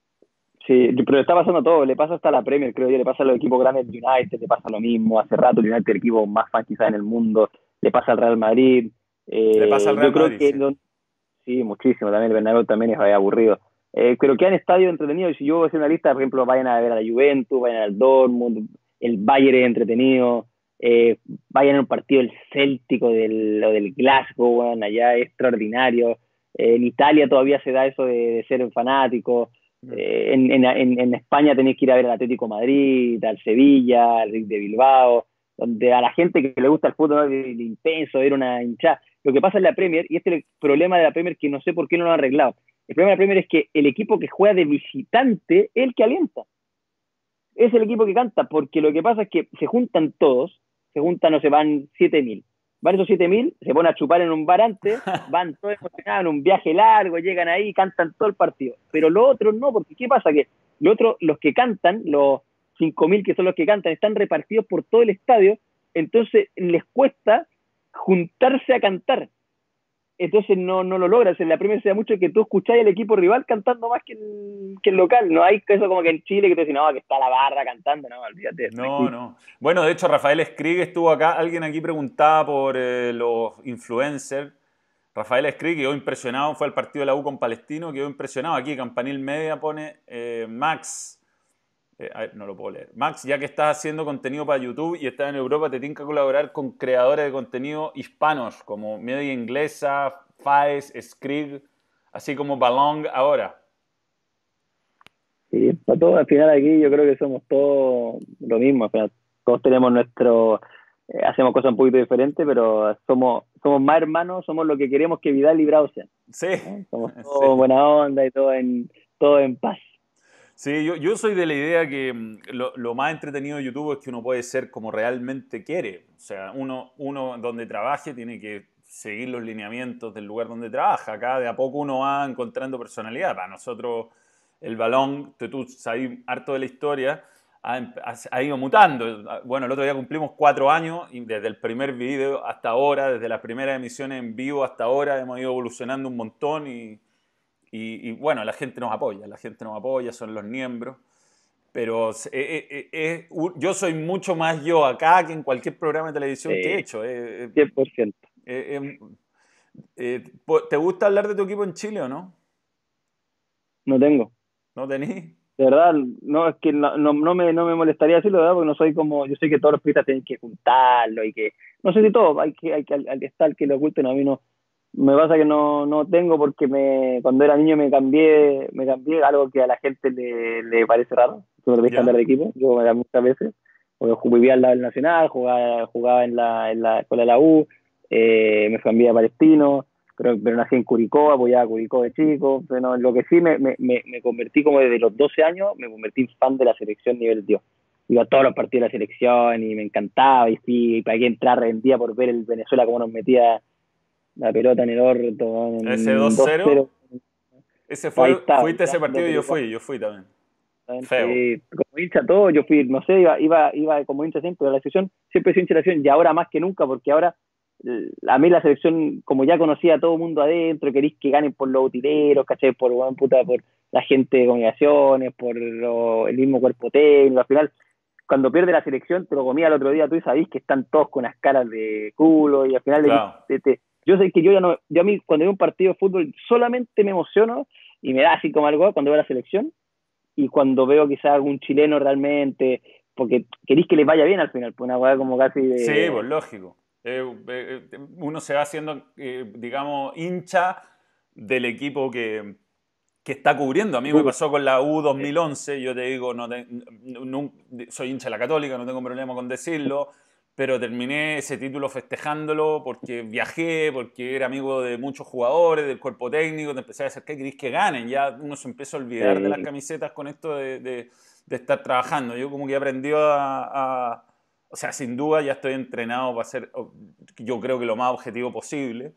Sí, pero le está pasando todo, le pasa hasta a la Premier, creo yo, le pasa a los equipos grandes de United, le pasa lo mismo, hace rato el United es el equipo más fan quizás en el mundo, le pasa al Real Madrid, Le pasa al eh, yo Real creo Madrid, que, sí. no, sí, muchísimo, también el Bernabéu también es aburrido, eh, pero quedan estadios entretenidos, y si yo voy a hacer una lista, por ejemplo, vayan a ver a la Juventus, vayan al Dortmund, el Bayern es entretenido, eh, vayan a un partido del Céltico, del, o del Glasgow, bueno, allá es extraordinario, eh, en Italia todavía se da eso de, de ser fanático, Mm. eh, en, en, en, España tenéis que ir a ver al Atlético Madrid, al Sevilla, al Ric de Bilbao, donde a la gente que le gusta el fútbol, ¿no? el intenso, ver una hinchada. Lo que pasa en la Premier, y este es el problema de la Premier que no sé por qué no lo han arreglado, el problema de la Premier es que el equipo que juega de visitante es el que alienta, es el equipo que canta, porque lo que pasa es que se juntan todos, se juntan, no se van siete mil, van esos siete mil, se ponen a chupar en un bar antes, van todos emocionados en un viaje largo, llegan ahí y cantan todo el partido. Pero los otros no, porque ¿qué pasa? Que los otros, los que cantan, los cinco mil que son los que cantan, están repartidos por todo el estadio, entonces les cuesta juntarse a cantar. Entonces no, no lo logras. En la Premier se da mucho que tú escucháis al equipo rival cantando más que el, que el local. No hay eso como que en Chile que te dicen, no, que está la barra cantando. No, olvídate, no No, existe. no. Bueno, de hecho, Rafael Skrig estuvo acá. Alguien aquí preguntaba por eh, los influencers. Rafael Skrig quedó impresionado, fue al partido de la U con Palestino, quedó impresionado. Aquí Campanil Media pone eh, Max, eh, a ver, no lo puedo leer. Max, ya que estás haciendo contenido para YouTube y estás en Europa, te tienes que colaborar con creadores de contenido hispanos como Media Inglesa, Faes, Skrig, así como Balong ahora. Sí. para todos al final aquí yo creo que somos todos lo mismo, al final, todos tenemos nuestro, eh, hacemos cosas un poquito diferentes, pero somos, somos más hermanos, somos lo que queremos que Vidal y Bravo sean, Sí, ¿no? Somos sí. todos buena onda y todo en, todo en paz. Sí, yo, yo soy de la idea que mm, lo, lo más entretenido de YouTube es que uno puede ser como realmente quiere. O sea, uno, uno donde trabaje tiene que seguir los lineamientos del lugar donde trabaja. Acá de a poco uno va encontrando personalidad. Para nosotros el balón, tú, tú sabes harto de la historia, ha, em- ha- ha ido mutando. Bueno, el otro día cumplimos cuatro años y desde el primer video hasta ahora, desde las primeras emisiones en vivo hasta ahora, hemos ido evolucionando un montón y y, y, bueno, la gente nos apoya, la gente nos apoya, son los miembros, pero eh, eh, eh, eh, yo soy mucho más yo acá que en cualquier programa de televisión que he Sí, hecho. Eh, cien por ciento. eh, eh, eh, ¿te gusta hablar de tu equipo en Chile o no? No tengo. ¿No tenés? De verdad, no, es que no, no, no me, no me molestaría decirlo, ¿verdad? Porque no soy como, yo sé que todos los periodistas tienen que juntarlo y que, no sé si todo, hay que, hay que, al, al estar que lo oculten, a mí no, me pasa que no, no tengo porque me, cuando era niño me cambié, me cambié, algo que a la gente le, le parece raro, que me tenéis que cambiar ¿Ya? de equipo, yo me cambié muchas veces, porque vivía al lado del Nacional, jugaba, jugaba en la, en la escuela de la U, eh, me cambié a Palestino, pero, pero nací en Curicó, apoyaba a Curicó de chico, pero lo que sí me, me, me convertí como desde los doce años, me convertí en fan de la selección nivel Dios. Iba a todos los partidos de la selección y me encantaba, y sí, para qué entrar rendía por ver el Venezuela cómo nos metía la pelota en el orto, Ese en dos dos cero, cero, ese ahí fue, estaba, fuiste a ese vibrando partido y yo Curicó. fui, yo fui también. Feo. Sí, como hincha todo, yo fui, no sé, iba, iba, iba como hincha siempre a la selección, siempre he sido hincha de la selección y ahora más que nunca, porque ahora eh, a mí la selección, como ya conocía a todo el mundo adentro, queréis que ganen por los utileros, ¿cachai? Por, bueno, puta, por la gente de comunicaciones, por lo, el mismo cuerpo técnico, al final, cuando pierde la selección, te lo comía el otro día, tú y sabís que están todos con las caras de culo y al final de, Claro. de, de, yo sé que yo ya no, yo a mí cuando veo un partido de fútbol solamente me emociono y me da así como algo cuando veo la selección y cuando veo quizás algún chileno realmente, porque queréis que les vaya bien al final, pues una weá como casi Sí, pues de... lógico. Eh, eh, eh, uno se va haciendo, eh, digamos, hincha del equipo que, que está cubriendo. A mí me pasó con la U dos mil once, yo te digo, no te- no- soy hincha de la Católica, no tengo problema con decirlo, pero terminé ese título festejándolo porque viajé, porque era amigo de muchos jugadores, del cuerpo técnico, te empecé a decir, ¿qué querés que ganen? Ya uno se empezó a olvidar de las Eh, camisetas con esto de, de- de estar trabajando. Yo como que aprendí a, a- o sea, sin duda ya estoy entrenado para ser, yo creo que lo más objetivo posible.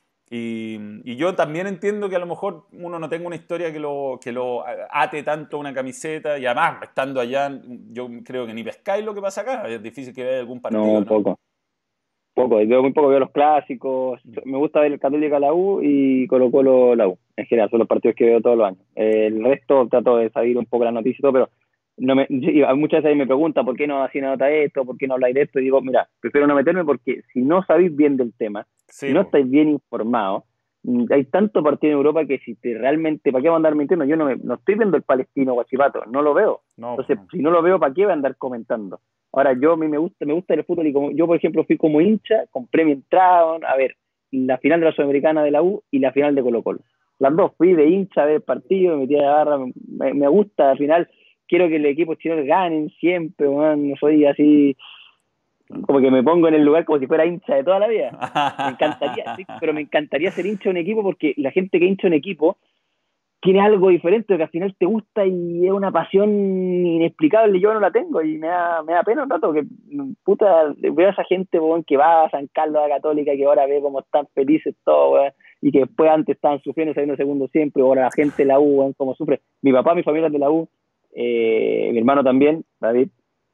Y, y, yo también entiendo que a lo mejor uno no tenga una historia que lo, que lo ate tanto a una camiseta y además, estando allá, yo creo que ni pescáis lo que pasa acá. Es difícil que veáis algún partido, no, ¿no? poco, poco, veo muy poco, veo los clásicos, me gusta ver el Católica la U y Colo Colo la U, en general, son los partidos que veo todos los años. El resto trato de saber un poco la noticia y todo, pero no me, muchas veces me preguntan por qué no así nota esto, por qué no habláis de esto, y digo, mira, prefiero no meterme porque si no sabéis bien del tema, si Sí, no pues. estáis bien informados, hay tanto partido en Europa que si te realmente, ¿para qué voy a andar mintiendo? Yo no, me, no estoy viendo el Palestino Guachipato, no lo veo. No, pues Entonces, no. si no lo veo, ¿para qué voy a andar comentando? Ahora, yo a mí me gusta, me gusta el fútbol y como yo, por ejemplo, fui como hincha, compré mi entrada, a ver, la final de la Sudamericana de la U y la final de Colo Colo. Las dos, fui de hincha a ver partido, me metí a la barra, me, me gusta, al final quiero que el equipo chileno ganen siempre, man, no soy así, como que me pongo en el lugar como si fuera hincha de toda la vida. Me encantaría, sí, pero me encantaría ser hincha de un equipo porque la gente que hincha de un equipo tiene algo diferente que al final te gusta y es una pasión inexplicable. Yo no la tengo y me da, me da pena un rato que, puta, veo a esa gente, weón, que va a San Carlos a la Católica, que ahora ve cómo están felices todos, weón, y que después antes estaban sufriendo, saliendo segundo siempre, ahora la gente de la U, weón, cómo sufre. Mi papá, mi familia es de la U, eh, mi hermano también, David,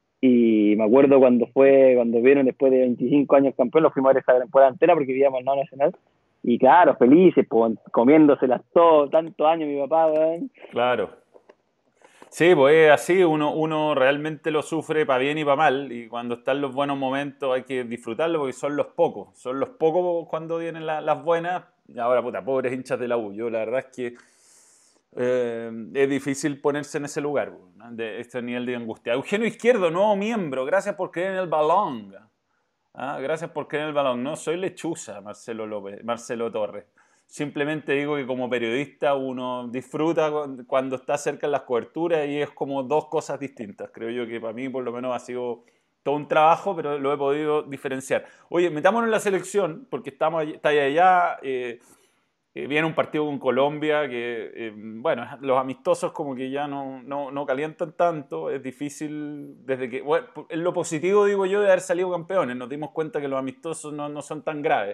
y me acuerdo cuando fue, cuando vieron después de veinticinco años campeón, los fuimos a ver esa temporada entera porque vivíamos al lado nacional. Y claro, felices, pues, comiéndoselas todo, tantos años mi papá, weón. Claro. Sí, pues es así, uno, uno realmente lo sufre para bien y para mal, y cuando están los buenos momentos hay que disfrutarlo porque son los pocos, son los pocos cuando vienen la- las buenas. Y ahora, puta, pobres hinchas de la U, yo la verdad es que eh, es difícil ponerse en ese lugar, ¿no? De este nivel de angustia. Eugenio Izquierdo, nuevo miembro, gracias por creer en el balón. Ah, gracias por creer en el balón. No, soy lechuza, Marcelo López, Marcelo Torres. simplemente digo que como periodista uno disfruta cuando está cerca en las coberturas y es como dos cosas distintas. Creo yo que para mí por lo menos ha sido todo un trabajo, pero lo he podido diferenciar. Oye, metámonos en la selección, porque estamos allí, está allá, eh, eh, viene un partido con Colombia que, eh, bueno, los amistosos como que ya no, no, no calientan tanto, es difícil desde que, bueno, en lo positivo digo yo de haber salido campeones, nos dimos cuenta que los amistosos no, no son tan graves.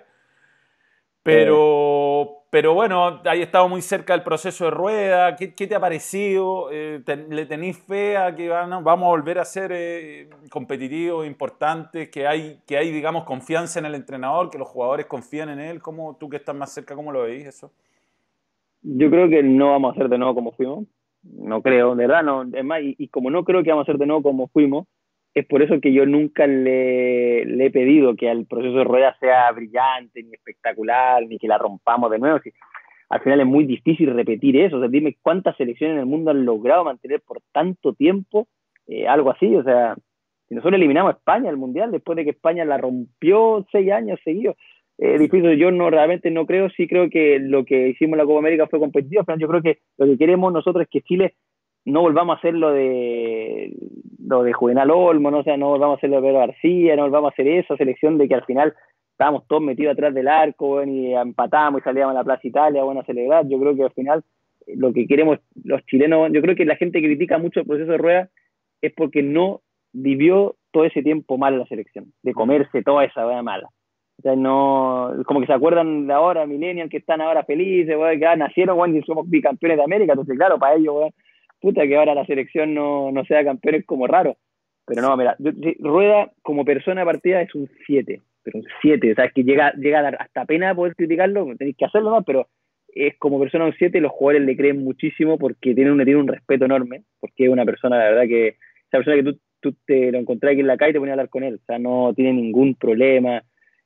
Eh, Pero, pero bueno, ahí estado muy cerca del proceso de Rueda. ¿Qué, qué te ha parecido? Eh, te- ¿Le tenéis fe a que van a- vamos a volver a ser eh, competitivos, importantes? Que hay, que hay, digamos, confianza en el entrenador, que los jugadores confían en él. ¿Cómo, tú que estás más cerca, cómo lo veis eso? yo creo que no vamos a ser de nuevo como fuimos. No creo, de verdad, no. Es más, y, y como no creo que vamos a ser de nuevo como fuimos, es por eso que yo nunca le, le he pedido que el proceso de rueda sea brillante, ni espectacular, ni que la rompamos de nuevo. Si, al final es muy difícil repetir eso. O sea, dime cuántas selecciones en el mundo han logrado mantener por tanto tiempo eh, algo así. O sea, si nosotros eliminamos a España del Mundial después de que España la rompió seis años seguidos, eh, difícil. Yo no realmente no creo, sí creo que lo que hicimos en la Copa América fue competitivo, pero yo creo que lo que queremos nosotros es que Chile no volvamos a hacer lo de lo de Juvenal Olmo, ¿no? O sea, no volvamos a hacer lo de Pedro García, no volvamos a hacer esa selección de que al final estábamos todos metidos atrás del arco, bueno, y empatamos y salíamos a la Plaza Italia, bueno, a celebrar. Yo creo que al final eh, lo que queremos los chilenos, yo creo que la gente que critica mucho el proceso de Rueda es porque no vivió todo ese tiempo mal la selección, de Mm. comerse toda esa vea mala. O sea, no, como que se acuerdan de ahora, millennials que están ahora felices, weón, que ah, nacieron, weón, y somos bicampeones de América. Entonces, claro, para ellos, weón, puta, que ahora la selección no, no sea campeón es como raro. Pero no, mira, yo, yo, Rueda como persona de partida es un siete, pero un siete. O sea, es que llega, llega a dar hasta pena poder criticarlo, tenéis que hacerlo, ¿no? Pero es como persona un siete, los jugadores le creen muchísimo porque tiene un, tiene un respeto enorme, porque es una persona, la verdad, que esa persona que tú, tú te lo encontrás aquí en la calle y te ponías a hablar con él. O sea, no tiene ningún problema.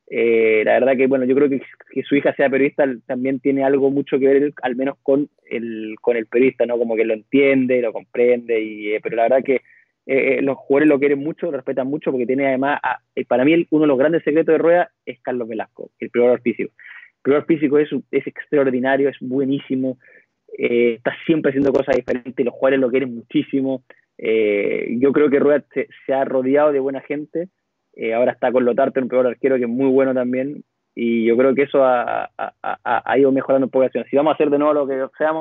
Eh, la verdad que, bueno, yo creo que, que su hija sea periodista también tiene algo mucho que ver, al menos con el, con el periodista, ¿no? Como que lo entiende, lo comprende, y, eh, pero la verdad que eh, los jugadores lo quieren mucho, lo respetan mucho, porque tiene además, a, eh, para mí, el, uno de los grandes secretos de Rueda es Carlos Velasco, el preparador físico. El preparador físico es, es extraordinario, es buenísimo, eh, está siempre haciendo cosas diferentes, los jugadores lo quieren muchísimo. Eh, yo creo que Rueda se, se ha rodeado de buena gente. Eh, ahora está con Lotarte, un peor arquero que es muy bueno también, y yo creo que eso ha, ha, ha, ha ido mejorando en población. Si vamos a hacer de nuevo lo que seamos,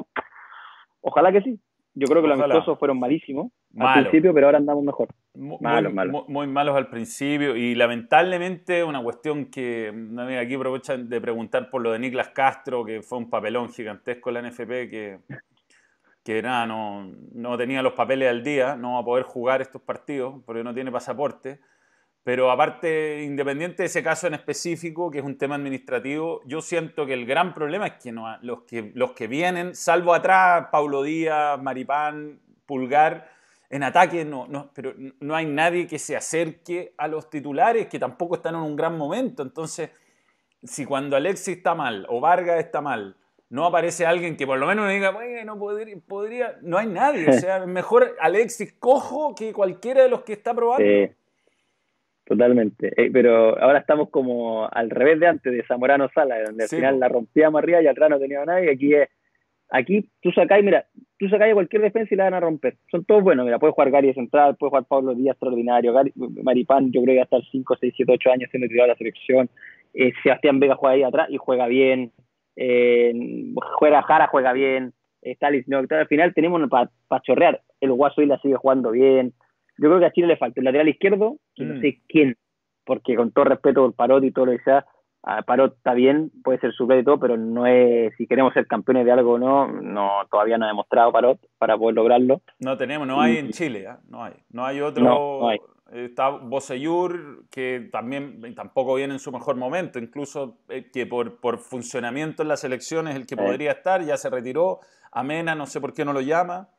ojalá que sí. Yo creo que los Ojalá. amistosos fueron malísimos al Malo. principio, pero ahora andamos mejor. Muy, Malos, malos. muy, muy malos al principio y lamentablemente una cuestión que una amiga aquí aprovecha de preguntar por lo de Niklas Castro, que fue un papelón gigantesco en la N F P, que, que nada, no, no tenía los papeles al día, no va a poder jugar estos partidos porque no tiene pasaporte. Pero aparte, independiente de ese caso en específico, que es un tema administrativo, yo siento que el gran problema es que, no, los, que los que vienen, salvo atrás, Paulo Díaz, Maripán, Pulgar, en ataque no, no, pero no hay nadie que se acerque a los titulares, que tampoco están en un gran momento. Entonces, si cuando Alexis está mal o Vargas está mal, no aparece alguien que por lo menos me diga, bueno, podría, podría, no hay nadie. O sea, mejor Alexis cojo que cualquiera de los que está probando. Sí, totalmente. Eh, pero ahora estamos como al revés de antes, de Zamorano Sala, donde al Sí, final pues. la rompíamos arriba y atrás no tenía nadie. Aquí es, aquí tú sacáis, mira, tú sacáis a cualquier defensa y la van a romper. Son todos buenos, mira, puede jugar Gary de central, puede jugar Pablo Díaz extraordinario, Gary, Maripán, yo creo que hasta cinco, seis, siete, ocho años siendo titular de la selección. Eh, Sebastián Vega juega ahí atrás y juega bien. Eh, juega Jara, juega bien. Eh, Stalis, no, al final tenemos para pa chorrear. El Guaso Isla sigue jugando bien. Yo creo que a Chile le falta el lateral izquierdo, que no Mm. sé quién, porque con todo respeto por Parot y todo lo que sea, a Parot está bien, puede ser suplente y todo, pero no es, si queremos ser campeones de algo o no, no, todavía no ha demostrado Parot para poder lograrlo. No tenemos, no hay en Y Chile, ¿eh? No hay. No hay no, no hay. otro. Está Bosellur, que también tampoco viene en su mejor momento, incluso eh, que por, por funcionamiento en la selección es el que Eh, podría estar, ya se retiró. A Mena, no sé por qué no lo llama.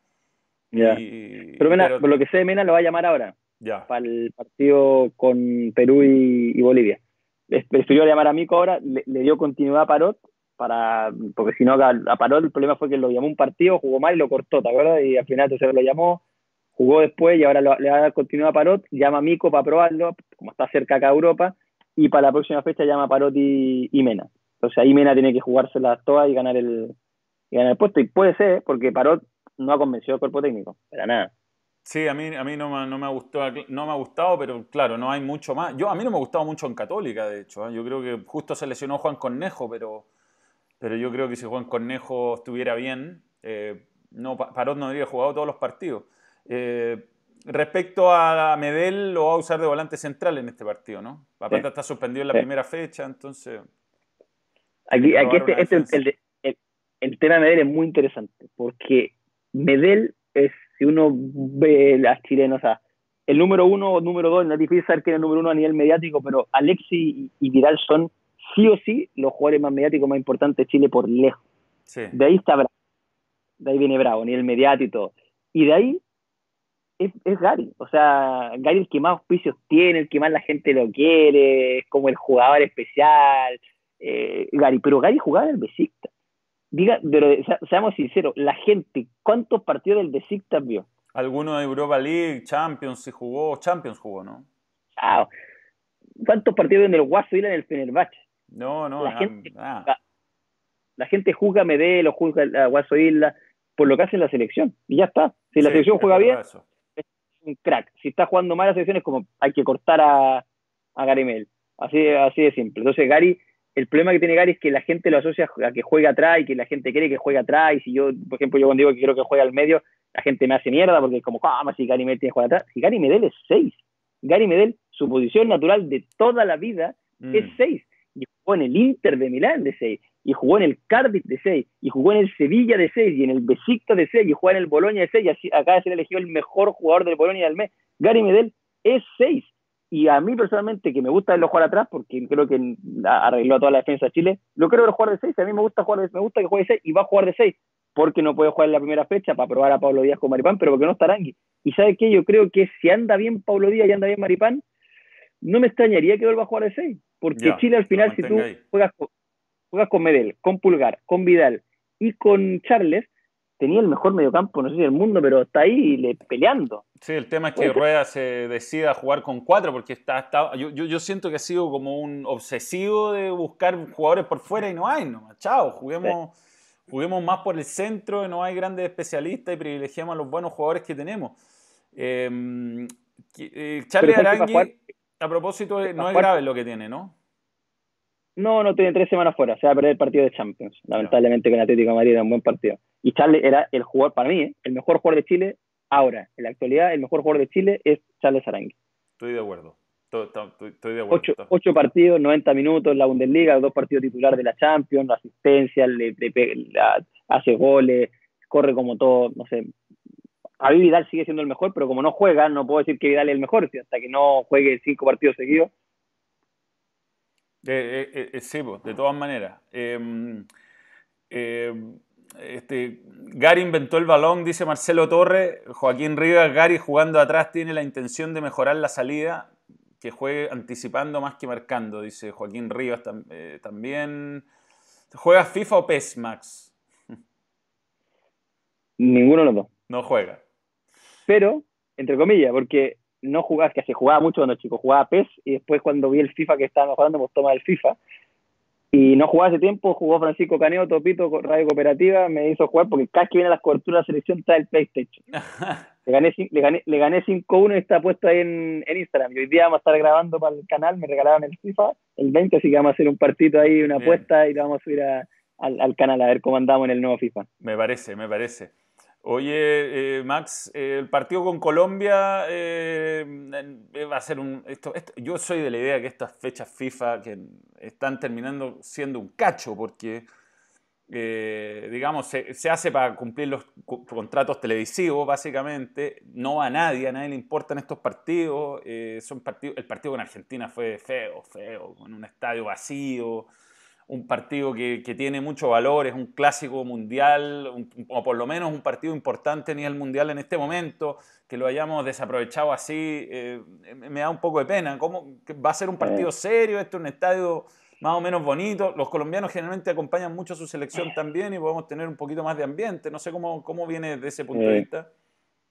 ya. Pero Y, y- Mena, pero por lo que sé, Mena lo va a llamar ahora, ya. para el partido con Perú y, y Bolivia. Prefirió llamar a Mico ahora, le, le dio continuidad a Parot, para, porque si no, a, a Parot el problema fue que lo llamó un partido, jugó mal y lo cortó, ¿te acuerdas? Y al final entonces lo llamó, jugó después y ahora lo, le va a dar continuidad a Parot, llama a Mico para probarlo, como está cerca acá a Europa, y para la próxima fecha llama a Parot y, y Mena. Entonces ahí Mena tiene que jugárselas todas y ganar el, y ganar el puesto. Y puede ser, porque Parot no ha convencido al cuerpo técnico, para nada. Sí, a mí, a mí no, me, no, me ha gustado, no me ha gustado, pero claro, no hay mucho más. Yo, a mí no me ha gustado mucho en Católica, de hecho. ¿eh? Yo creo que justo se lesionó Juan Cornejo, pero, pero yo creo que si Juan Cornejo estuviera bien, eh, no, Parot no habría jugado todos los partidos. Eh, respecto a Medel, lo va a usar de volante central en este partido, ¿no? Sí, Aparte está suspendido en la sí. primera fecha, entonces tiene Aquí, que aquí probar una este, este defensa. el, el, el tema de Medel es muy interesante, porque Medel es, si uno ve las chilenas, o sea, el número uno o número dos, no es difícil saber quién es el número uno a nivel mediático, pero Alexis y, y Vidal son sí o sí los jugadores más mediáticos, más importantes de Chile por lejos. Sí. De ahí está Bravo, de ahí viene Bravo, a nivel mediático y todo. Y de ahí es, es Gary, o sea, Gary el que más auspicios tiene, el que más la gente lo quiere, es como el jugador especial, eh, Gary, pero Gary jugaba en el Besiktas. Diga, pero seamos sinceros, la gente, ¿cuántos partidos del Besiktas vio? Alguno de Europa League, Champions, si jugó, Champions jugó, ¿no? Ah, ¿cuántos partidos en el Guaso y en el Fenerbahce? No, no, La nada. gente, nada. la, la gente juzga a Medel o juzga a Guaso Isla por lo que hace en la selección. Y ya está. Si la Sí, selección es juega bien, verdad eso. es un crack. Si está jugando mal la selección, es como hay que cortar a, a Gary Medel. Así, así de simple. Entonces, Gary, el problema que tiene Gary es que la gente lo asocia a que juegue atrás y que la gente quiere que juegue atrás. Y si yo, por ejemplo, yo cuando digo que quiero que juegue al medio, la gente me hace mierda porque es como, ¿cómo si Gary Medel tiene que jugar atrás? Si Gary Medel es seis. Gary Medel, su posición natural de toda la vida es Mm. seis. Y jugó en el Inter de Milán de seis. Y jugó en el Cardiff de seis. Y jugó en el Sevilla de seis. Y en el Besiktas de seis. Y jugó en el Boloña de seis. Y así, acaba de ser elegido el mejor jugador del Boloña del mes. Gary Medel es seis. Y a mí personalmente, que me gusta verlo jugar atrás, porque creo que arregló a toda la defensa de Chile, lo quiero ver jugar de seis. A mí me gusta jugar de, me gusta que juegue de seis y va a jugar de seis. Porque no puede jugar en la primera fecha para probar a Pablo Díaz con Maripán, pero porque no está Arangui. Y ¿sabe qué? Yo creo que si anda bien Pablo Díaz y anda bien Maripán, no me extrañaría que vuelva a jugar de seis. Porque Ya, Chile al que lo final, si mantenga tú ahí. juegas con, juegas con Medel, con Pulgar, con Vidal y con Charles, tenía el mejor mediocampo, no sé si del mundo, pero está ahí le, peleando. Sí, el tema es que Puede ser. Rueda se decida jugar con cuatro porque está, está yo, yo, yo siento que ha sido como un obsesivo de buscar jugadores por fuera y no hay, no, chao, Sí. juguemos, juguemos más por el centro, y no hay grandes especialistas y privilegiamos a los buenos jugadores que tenemos. Eh, eh, Pero Charlie ¿sabes qué va a jugar? Arangui, a propósito, Va a no es jugar grave lo que tiene, ¿no? No, no tiene tres semanas fuera. Se va a perder el partido de Champions. Ya, Lamentablemente con Atlético de Madrid era un buen partido. Y Charles era el jugador, para mí, ¿eh? el mejor jugador de Chile. Ahora, en la actualidad, el mejor jugador de Chile es Charles Arangui. estoy de acuerdo. Estoy, estoy- estoy de acuerdo. Ocho, Estoy- ocho partidos, noventa minutos en la Bundesliga, dos partidos titulares de la Champions, la asistencia, le, le pe- la- hace goles, corre como todo, no sé. A mí Vidal sigue siendo el mejor, pero como no juega, no puedo decir que Vidal es el mejor, hasta que no juegue cinco partidos seguidos. Eh, eh, eh, sí, pues, de todas maneras. Eh, eh, este, Gary inventó el balón, dice Marcelo Torres. Joaquín Rivas, Gary jugando atrás tiene la intención de mejorar la salida, que juegue anticipando más que marcando, dice Joaquín Rivas tam- eh, también. ¿Juegas FIFA o PES, Max? Ninguno de los dos. No juega. Pero, entre comillas, porque no jugaba, que se jugaba mucho cuando chico, jugaba PES y después cuando vi el FIFA que estaba mejorando, pues toma el FIFA. Y no jugaba hace tiempo, jugó Francisco Caneo, Topito, Radio Cooperativa, me hizo jugar porque cada vez que viene a las coberturas de la selección trae el PlayStation. Le gané, le gané, le gané cinco uno y está puesto ahí en, en Instagram. Y hoy día vamos a estar grabando para el canal, me regalaron el FIFA, el veinte, así que vamos a hacer un partito ahí, una Bien, apuesta y lo vamos a subir a, al, al canal a ver cómo andamos en el nuevo FIFA. me parece, me parece. Oye, eh, Max, eh, el partido con Colombia eh, eh, va a ser un... Esto, esto- yo soy de la idea que estas fechas FIFA que están terminando siendo un cacho porque, eh, digamos, se, se hace para cumplir los cu- contratos televisivos, básicamente. No va a nadie, a nadie le importan estos partidos. eh, son partidos. El partido con Argentina fue feo, feo, con un estadio vacío, un partido que, que tiene mucho valor, es un clásico mundial, un- o por lo menos un partido importante a nivel mundial en este momento, que lo hayamos desaprovechado así, eh, me da un poco de pena. ¿Cómo que va a ser un Eh, partido serio? Esto es un estadio más o menos bonito. Los colombianos generalmente acompañan mucho a su selección también y podemos tener un poquito más de ambiente. No sé cómo, cómo viene desde ese punto de eh, vista.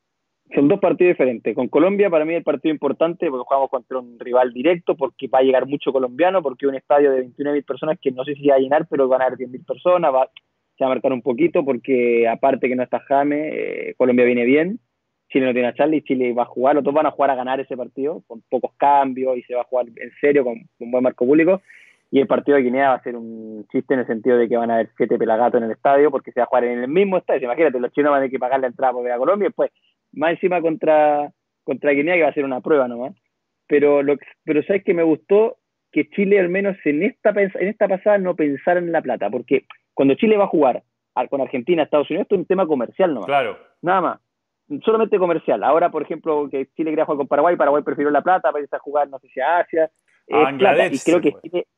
Son dos partidos diferentes. Con Colombia, para mí, es el partido importante porque jugamos contra un rival directo, porque va a llegar mucho colombiano, porque es un estadio de veintiuna mil personas que no sé si va a llenar, pero van a haber diez mil personas, va, se va a marcar un poquito, porque aparte que no está James, eh, Colombia viene bien, Chile no tiene a Charlie, Chile va a jugar, los dos van a jugar a ganar ese partido, con pocos cambios, y se va a jugar en serio, con, con un buen marco público, y el partido de Guinea va a ser un chiste en el sentido de que van a haber siete pelagatos en el estadio, porque se va a jugar en el mismo estadio. Imagínate, los chinos van a tener que pagar la entrada por ver a Colombia, y después más encima contra, contra Guinea, que va a ser una prueba nomás. Pero, lo, pero sabes que me gustó que Chile, al menos en esta, en esta pasada, no pensara en la plata, porque cuando Chile va a jugar con Argentina, Estados Unidos, esto es un tema comercial nomás. Claro. Nada más. Solamente comercial. Ahora, por ejemplo, que Chile quería jugar con Paraguay, Paraguay prefirió la plata para irse a jugar, no sé si a Asia. A Es plata. Y creo que fue. Chile,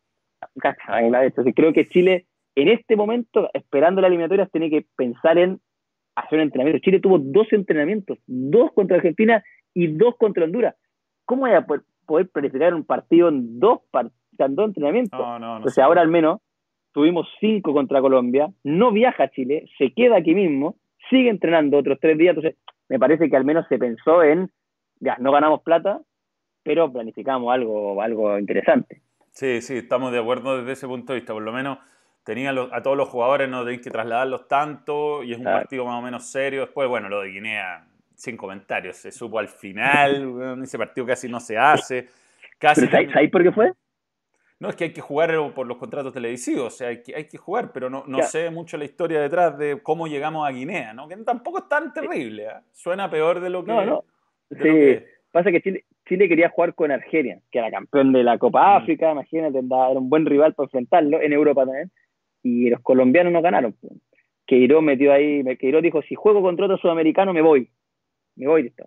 a Bangladesh, así, creo que Chile, en este momento, esperando las eliminatorias, tiene que pensar en hacer un entrenamiento. Chile tuvo dos entrenamientos, dos contra Argentina y dos contra Honduras. ¿Cómo voy a poder, poder planificar un partido en dos, part en dos entrenamientos? No, no, no Entonces, sé. Ahora al menos tuvimos cinco contra Colombia, no viaja a Chile, se queda aquí mismo, sigue entrenando otros tres días. Entonces, me parece que al menos se pensó en, ya, no ganamos plata, pero planificamos algo, algo interesante. Sí, sí, estamos de acuerdo desde ese punto de vista. Por lo menos tenía los, a todos los jugadores, no tenéis que trasladarlos tanto y es un ah. partido más o menos serio. Después, bueno, lo de Guinea, sin comentarios, se supo al final, ese partido casi no se hace. Casi ¿Pero también... ¿sabéis por qué fue? No, es que hay que jugar por los contratos televisivos, o sea, hay que, hay que jugar, pero no, no sé mucho la historia detrás de cómo llegamos a Guinea, ¿no? Que tampoco es tan terrible, ¿eh? Suena peor de lo que... No, no, de sí, lo que... pasa que Chile, Chile quería jugar con Argelia, que era campeón de la Copa mm. África, imagínate, era un buen rival para enfrentarlo, en Europa también, y los colombianos no ganaron. Queiroz metió ahí, Queiroz dijo, si juego contra otro sudamericano me voy, me voy de esto.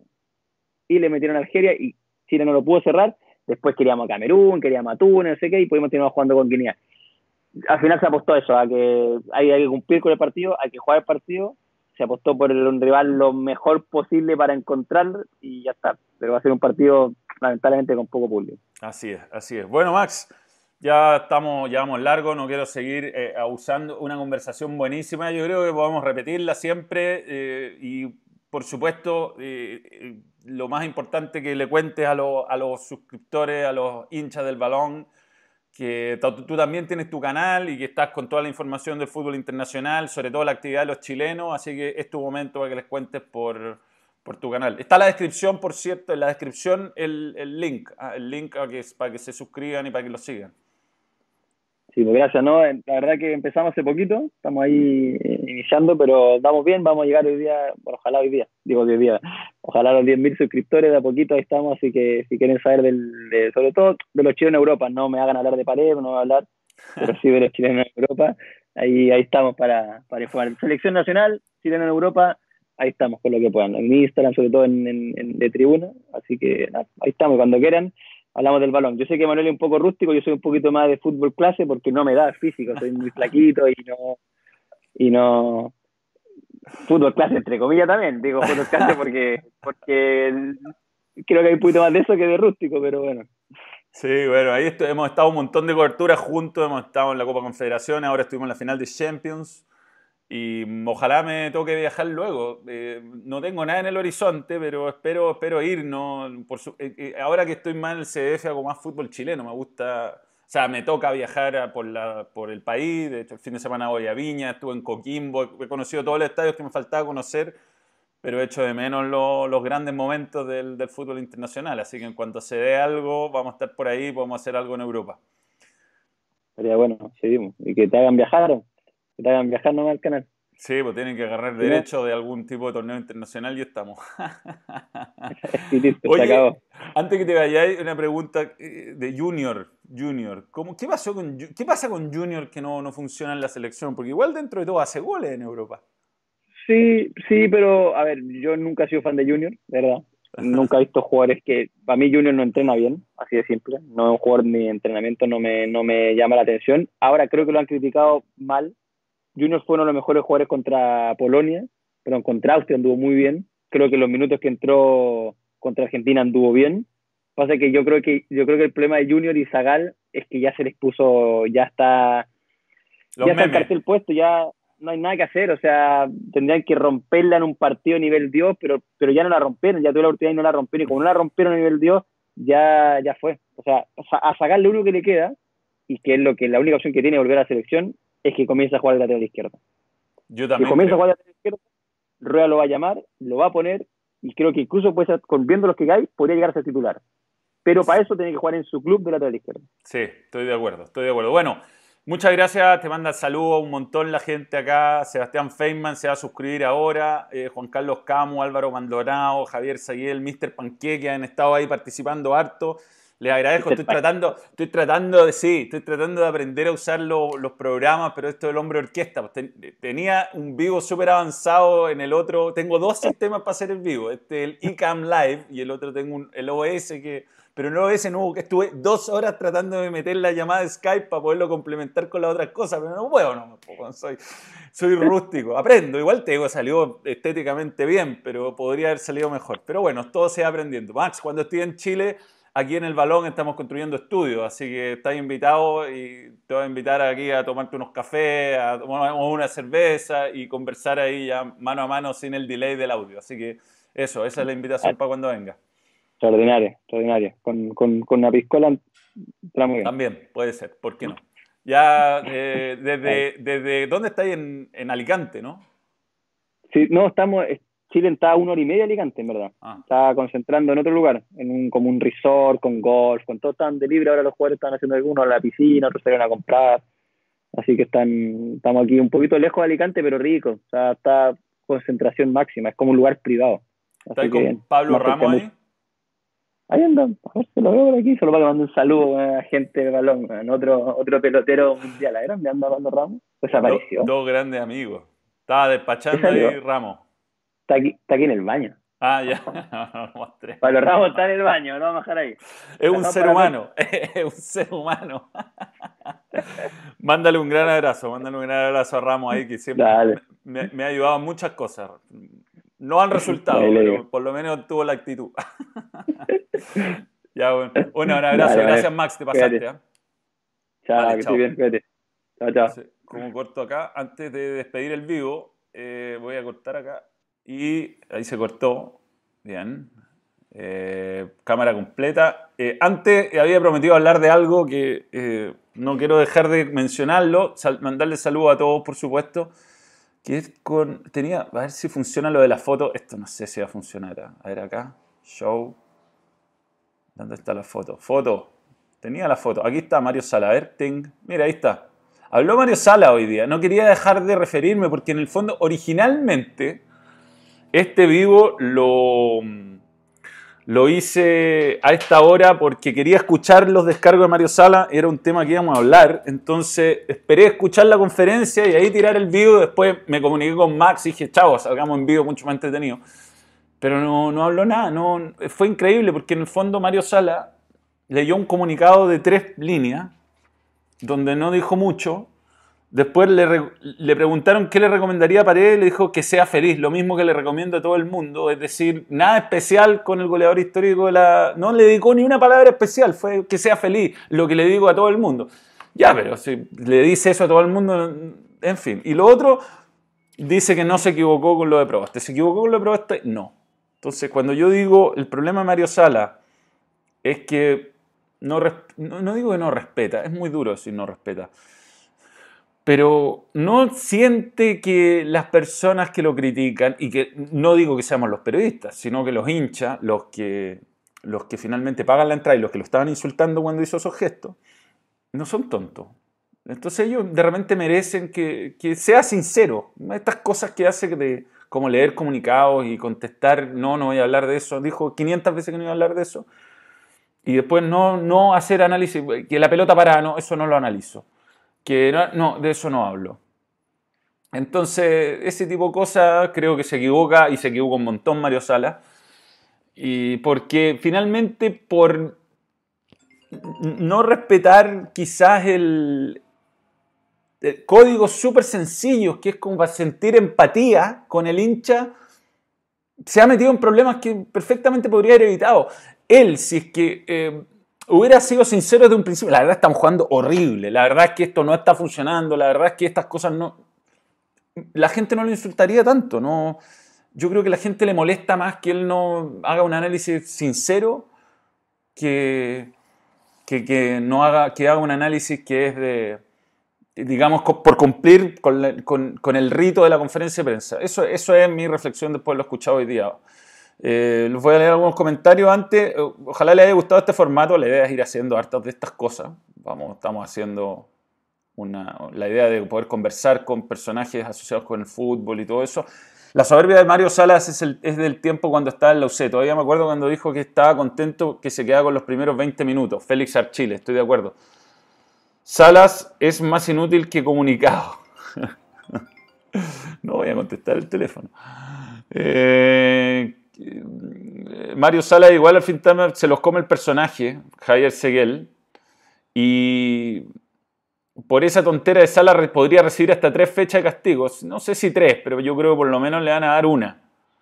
Y le metieron a Argelia y Chile no lo pudo cerrar. Después queríamos a Camerún, queríamos a Túnez, no sé qué, y pudimos continuar jugando con Guinea. Al final se apostó a eso, a que hay, hay que cumplir con el partido, hay que jugar el partido. Se apostó por el, un rival lo mejor posible para encontrar y ya está. Pero va a ser un partido, lamentablemente, con poco público. Así es, así es. Bueno, Max, ya estamos, ya vamos largo, no quiero seguir eh, abusando. Una conversación buenísima, yo creo que podemos repetirla siempre eh, y, por supuesto, eh, lo más importante que le cuentes a, lo, a los suscriptores, a los hinchas del balón, que tú, tú también tienes tu canal y que estás con toda la información del fútbol internacional, sobre todo la actividad de los chilenos, así que es tu momento para que les cuentes por, por tu canal. Está en la descripción, por cierto, en la descripción el, el link, el link para que, para que se suscriban y para que lo sigan. Sí, pues gracias, ¿no? La verdad que empezamos hace poquito, estamos ahí iniciando, pero vamos bien, vamos a llegar hoy día, bueno, ojalá hoy día, digo hoy día, ojalá los diez mil suscriptores, de a poquito ahí estamos, así que si quieren saber del, de, sobre todo de los chilenos en Europa, no me hagan hablar de Pared, no voy a hablar, pero sí de los chilenos en Europa, ahí, ahí estamos para, para informar. Selección nacional, chileno en Europa, ahí estamos con lo que puedan, en Instagram, sobre todo en, en, en de tribuna, así que nada, ahí estamos, cuando quieran. Hablamos del balón. Yo sé que Manuel es un poco rústico, yo soy un poquito más de fútbol clase porque no me da físico, soy muy flaquito y no y no fútbol clase entre comillas también, digo fútbol clase porque porque creo que hay un poquito más de eso que de rústico, pero bueno. Sí, bueno, ahí estoy, hemos estado un montón de coberturas juntos, hemos estado en la Copa Confederaciones, ahora estuvimos en la final de Champions y ojalá me toque viajar luego. Eh, no tengo nada en el horizonte, pero espero, espero ir. ¿No? Por su, eh, ahora que estoy más en el C D F, hago más fútbol chileno. Me gusta, o sea, me toca viajar por, la, por el país. De hecho, el fin de semana voy a Viña, estuve en Coquimbo, he conocido todos los estadios que me faltaba conocer, pero he hecho de menos lo, los grandes momentos del, del fútbol internacional. Así que en cuanto se dé algo, vamos a estar por ahí, podemos hacer algo en Europa. Sería bueno, seguimos. Y que te hagan viajar. Que te hagan viajar nomás al canal. Sí, pues tienen que agarrar derecho de algún tipo de torneo internacional y estamos. Sí, listo, Oye, se acabó. Antes que te vayáis, una pregunta de Junior. Junior, ¿cómo, qué, pasó con, ¿qué pasa con Junior que no, no funciona en la selección? Porque igual dentro de todo hace goles en Europa. Sí, sí, pero a ver, yo nunca he sido fan de Junior, ¿verdad? Nunca he visto jugadores que, para mí Junior no entrena bien, así de simple. No es un jugador, mi entrenamiento no me, no me llama la atención. Ahora creo que lo han criticado mal. Junior fue uno de los mejores jugadores contra Polonia, perdón, contra Austria anduvo muy bien. Creo que los minutos que entró contra Argentina anduvo bien. Pasa que yo creo que yo creo que el problema de Junior y Zagal es que ya se les puso, ya está, los ya memes. está el cartel puesto, ya no hay nada que hacer, o sea, tendrían que romperla en un partido a nivel Dios, pero, pero ya no la rompieron, ya tuve la oportunidad y no la rompieron, y como no la rompieron a nivel Dios, ya, ya fue. O sea, a sacarle lo único que le queda, y que es lo que la única opción que tiene volver a la selección, es que comience a jugar el lateral izquierdo. Yo también que comience creo. a jugar el lateral izquierdo, Rueda lo va a llamar, lo va a poner, y creo que incluso puede ser, con viendo los que hay, podría llegar a ser titular. Pero para eso tiene que jugar en su club de lateral izquierdo. Sí, estoy de acuerdo, estoy de acuerdo. Bueno, muchas gracias, te manda saludos un montón la gente acá. Sebastián Feynman se va a suscribir ahora, eh, Juan Carlos Camus, Álvaro Maldonado, Javier Sayel, míster Panqueque han estado ahí participando harto. Les agradezco, estoy tratando, estoy tratando de, sí, estoy tratando de aprender a usar lo, los programas, pero esto del hombre orquesta, pues ten, tenía un vivo súper avanzado en el otro, tengo dos sistemas para hacer el vivo, este el eCam Live y el otro tengo un, el O B S que, pero el O B S no, que estuve dos horas tratando de meter la llamada de Skype para poderlo complementar con las otras cosas, pero no puedo, no, soy, soy rústico, aprendo, igual te digo, salió estéticamente bien, pero podría haber salido mejor, pero bueno, todo se va aprendiendo. Max, cuando estoy en Chile, aquí en El Balón estamos construyendo estudios, así que estás invitado y te voy a invitar aquí a tomarte unos cafés, a tomar una cerveza y conversar ahí ya mano a mano sin el delay del audio. Así que eso, esa es la invitación ah, para cuando venga. Extraordinario, extraordinario. Con, con, con una piscola está muy bien. También, puede ser, ¿por qué no? Ya eh, desde, desde, ¿dónde estáis? En, en Alicante, ¿no? Sí, no, estamos... Chile está a una hora y media de Alicante, en verdad. Ah. Está concentrando en otro lugar, en un, como un resort, con golf, con todo están de libre. Ahora los jugadores están haciendo algunos a la piscina, otros salieron a comprar. Así que están, estamos aquí un poquito lejos de Alicante, pero rico. O sea, está concentración máxima, es como un lugar privado. ¿Está ahí con bien, Pablo Ramos ahí? Ahí anda, a ver si lo veo por aquí, solo para que mande un saludo a gente del balón, a otro, otro pelotero mundial. ¿A dónde anda Pablo Ramos? Pues apareció. Do, dos grandes amigos. Estaba despachando ahí Ramos. Está aquí, está aquí en el baño. Ah, ya. Pablo Ramos está en el baño, lo vamos a bajar ahí. Es un ser humano, es un ser humano. Mándale un gran abrazo, mándale un gran abrazo a Ramos ahí, que siempre me, me ha ayudado en muchas cosas. No han resultado, pero por lo menos tuvo la actitud. Ya, bueno. Bueno, un abrazo, dale, gracias Max, te pasaste. ¿eh? Chao, vale, que chao. Bien, cuídate. Chao, chao. Entonces, como corto acá, antes de despedir el vivo, eh, voy a cortar acá. Y ahí se cortó. Bien. Eh, cámara completa. Eh, antes había prometido hablar de algo que eh, no quiero dejar de mencionarlo. Sal, mandarle saludos a todos, por supuesto. Que es con. Tenía. A ver si funciona lo de la foto. Esto no sé si va a funcionar. A ver acá. Show. ¿Dónde está la foto? Foto. Tenía la foto. Aquí está Mario Sala. A ver. Ting. Mira, ahí está. Habló Mario Sala hoy día. No quería dejar de referirme porque en el fondo, originalmente. Este vivo lo, lo hice a esta hora porque quería escuchar los descargos de Mario Sala, era un tema que íbamos a hablar, entonces esperé escuchar la conferencia y ahí tirar el vivo, después me comuniqué con Max y dije, chao, salgamos en vivo mucho más entretenido. Pero no, no habló nada, no, fue increíble porque en el fondo Mario Sala leyó un comunicado de tres líneas, donde no dijo mucho. Después le, le preguntaron qué le recomendaría a Paredes y le dijo que sea feliz, lo mismo que le recomiendo a todo el mundo, es decir, nada especial con el goleador histórico de la... No le dedicó ni una palabra especial, fue que sea feliz, lo que le digo a todo el mundo. Ya, pero si le dice eso a todo el mundo, en fin. Y lo otro, dice que no se equivocó con lo de Proboste. ¿Se equivocó con lo de Proboste? No. Entonces, cuando yo digo, el problema de Mario Sala es que no, no, no digo que no respeta, es muy duro decir no respeta, pero no siente que las personas que lo critican, y que no digo que seamos los periodistas, sino que los hinchas, los que, los que finalmente pagan la entrada y los que lo estaban insultando cuando hizo esos gestos, no son tontos. Entonces ellos de repente merecen que, que sea sincero. Estas cosas que hace de, como leer comunicados y contestar, no, no voy a hablar de eso, dijo quinientas veces que no iba a hablar de eso, y después no, no hacer análisis, que la pelota parada, no, eso no lo analizo. Que no, no, de eso no hablo. Entonces, ese tipo de cosas creo que se equivoca, y se equivoca un montón Mario Sala. Y porque finalmente por no respetar quizás el, el códigos súper sencillos, que es como para sentir empatía con el hincha, se ha metido en problemas que perfectamente podría haber evitado. Él, si es que... Eh, hubiera sido sincero desde un principio, la verdad estamos jugando horrible, la verdad es que esto no está funcionando, la verdad es que estas cosas no... la gente no lo insultaría tanto. No, yo creo que a la gente le molesta más que él no haga un análisis sincero que, que, que no haga, que haga un análisis que es de, digamos, por cumplir con, la, con, con el rito de la conferencia de prensa. Eso, eso es mi reflexión después de lo escuchado hoy día. Eh, les voy a leer algunos comentarios antes. Ojalá les haya gustado este formato. La idea es ir haciendo hartas de estas cosas. Vamos, estamos haciendo una, la idea de poder conversar con personajes asociados con el fútbol y todo eso. La soberbia de Mario Salas es, el, es del tiempo cuando estaba en la U C. Todavía me acuerdo cuando dijo que estaba contento que se quedaba con los primeros veinte minutos. Félix Archile, estoy de acuerdo. Salas es más inútil que comunicado. No voy a contestar el teléfono. Eh, Mario Salas igual al fin se los come el personaje, Javier Seguel, y por esa tontera de Salas podría recibir hasta tres fechas de castigos. No sé si tres, pero yo creo que por lo menos le van a dar una.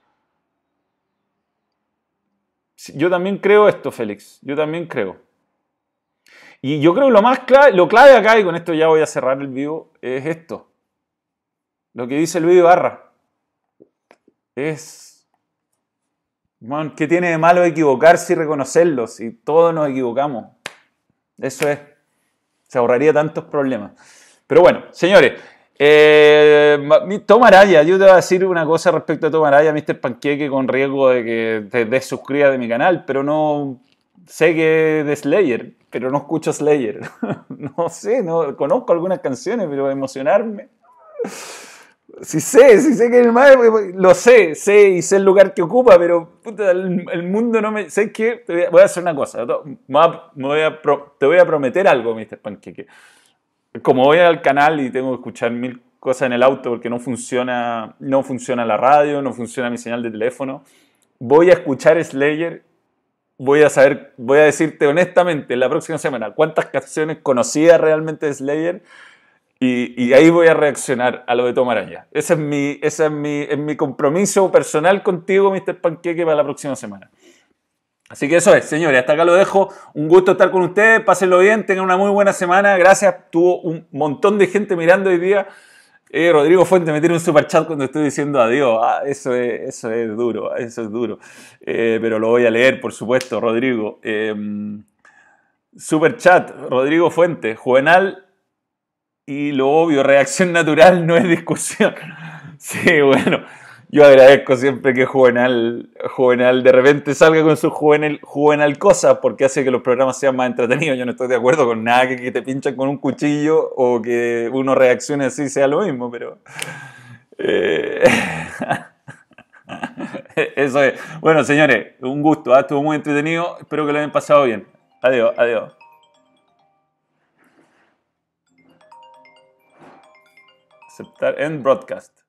Yo también creo esto, Félix. Yo también creo. Y yo creo que lo más clave, lo clave acá, y con esto ya voy a cerrar el vivo, es esto. Lo que dice Luis Ibarra. Es... Bueno, ¿qué tiene de malo equivocarse y reconocerlo? Si todos nos equivocamos. Eso es. Se ahorraría tantos problemas. Pero bueno, señores. Eh, Tom Araya, yo te voy a decir una cosa respecto a Tom Araya, mister Panqueque, con riesgo de que te desuscribas de mi canal, pero no... Sé que de Slayer, pero no escucho Slayer. No sé, no conozco algunas canciones, pero emocionarme. Sí sé, sí sé que el más, lo sé, sé y sé el lugar que ocupa, pero puta, el, el mundo no me... Sé que te voy, a, voy a hacer una cosa. Me voy a, te voy a prometer algo, mister Panqueque. Como voy al canal y tengo que escuchar mil cosas en el auto porque no funciona, no funciona la radio, no funciona mi señal de teléfono, voy a escuchar Slayer. Voy a saber, voy a decirte honestamente la próxima semana cuántas canciones conocía realmente de Slayer y, y ahí voy a reaccionar a lo de Tom Araya. Ese es mi, ese es mi, es mi compromiso personal contigo, mister Panqueque, para la próxima semana. Así que eso es, señores, hasta acá lo dejo. Un gusto estar con ustedes, pásenlo bien, tengan una muy buena semana. Gracias, tuvo un montón de gente mirando hoy día. Eh, Rodrigo Fuente me tiene un superchat cuando estoy diciendo adiós. Ah, eso es, eso es duro, eso es duro. Eh, pero lo voy a leer, por supuesto, Rodrigo. Eh, superchat, Rodrigo Fuente. Juvenal y lo obvio, reacción natural no es discusión. Sí, bueno, yo agradezco siempre que Juvenal, Juvenal de repente salga con su juvenil, juvenal cosas porque hace que los programas sean más entretenidos. Yo no estoy de acuerdo con nada que, que te pinchan con un cuchillo o que uno reaccione así sea lo mismo, pero... Eh, eso es. Bueno, señores, un gusto, ¿eh? Estuvo muy entretenido. Espero que lo hayan pasado bien. Adiós, adiós. Aceptar en broadcast.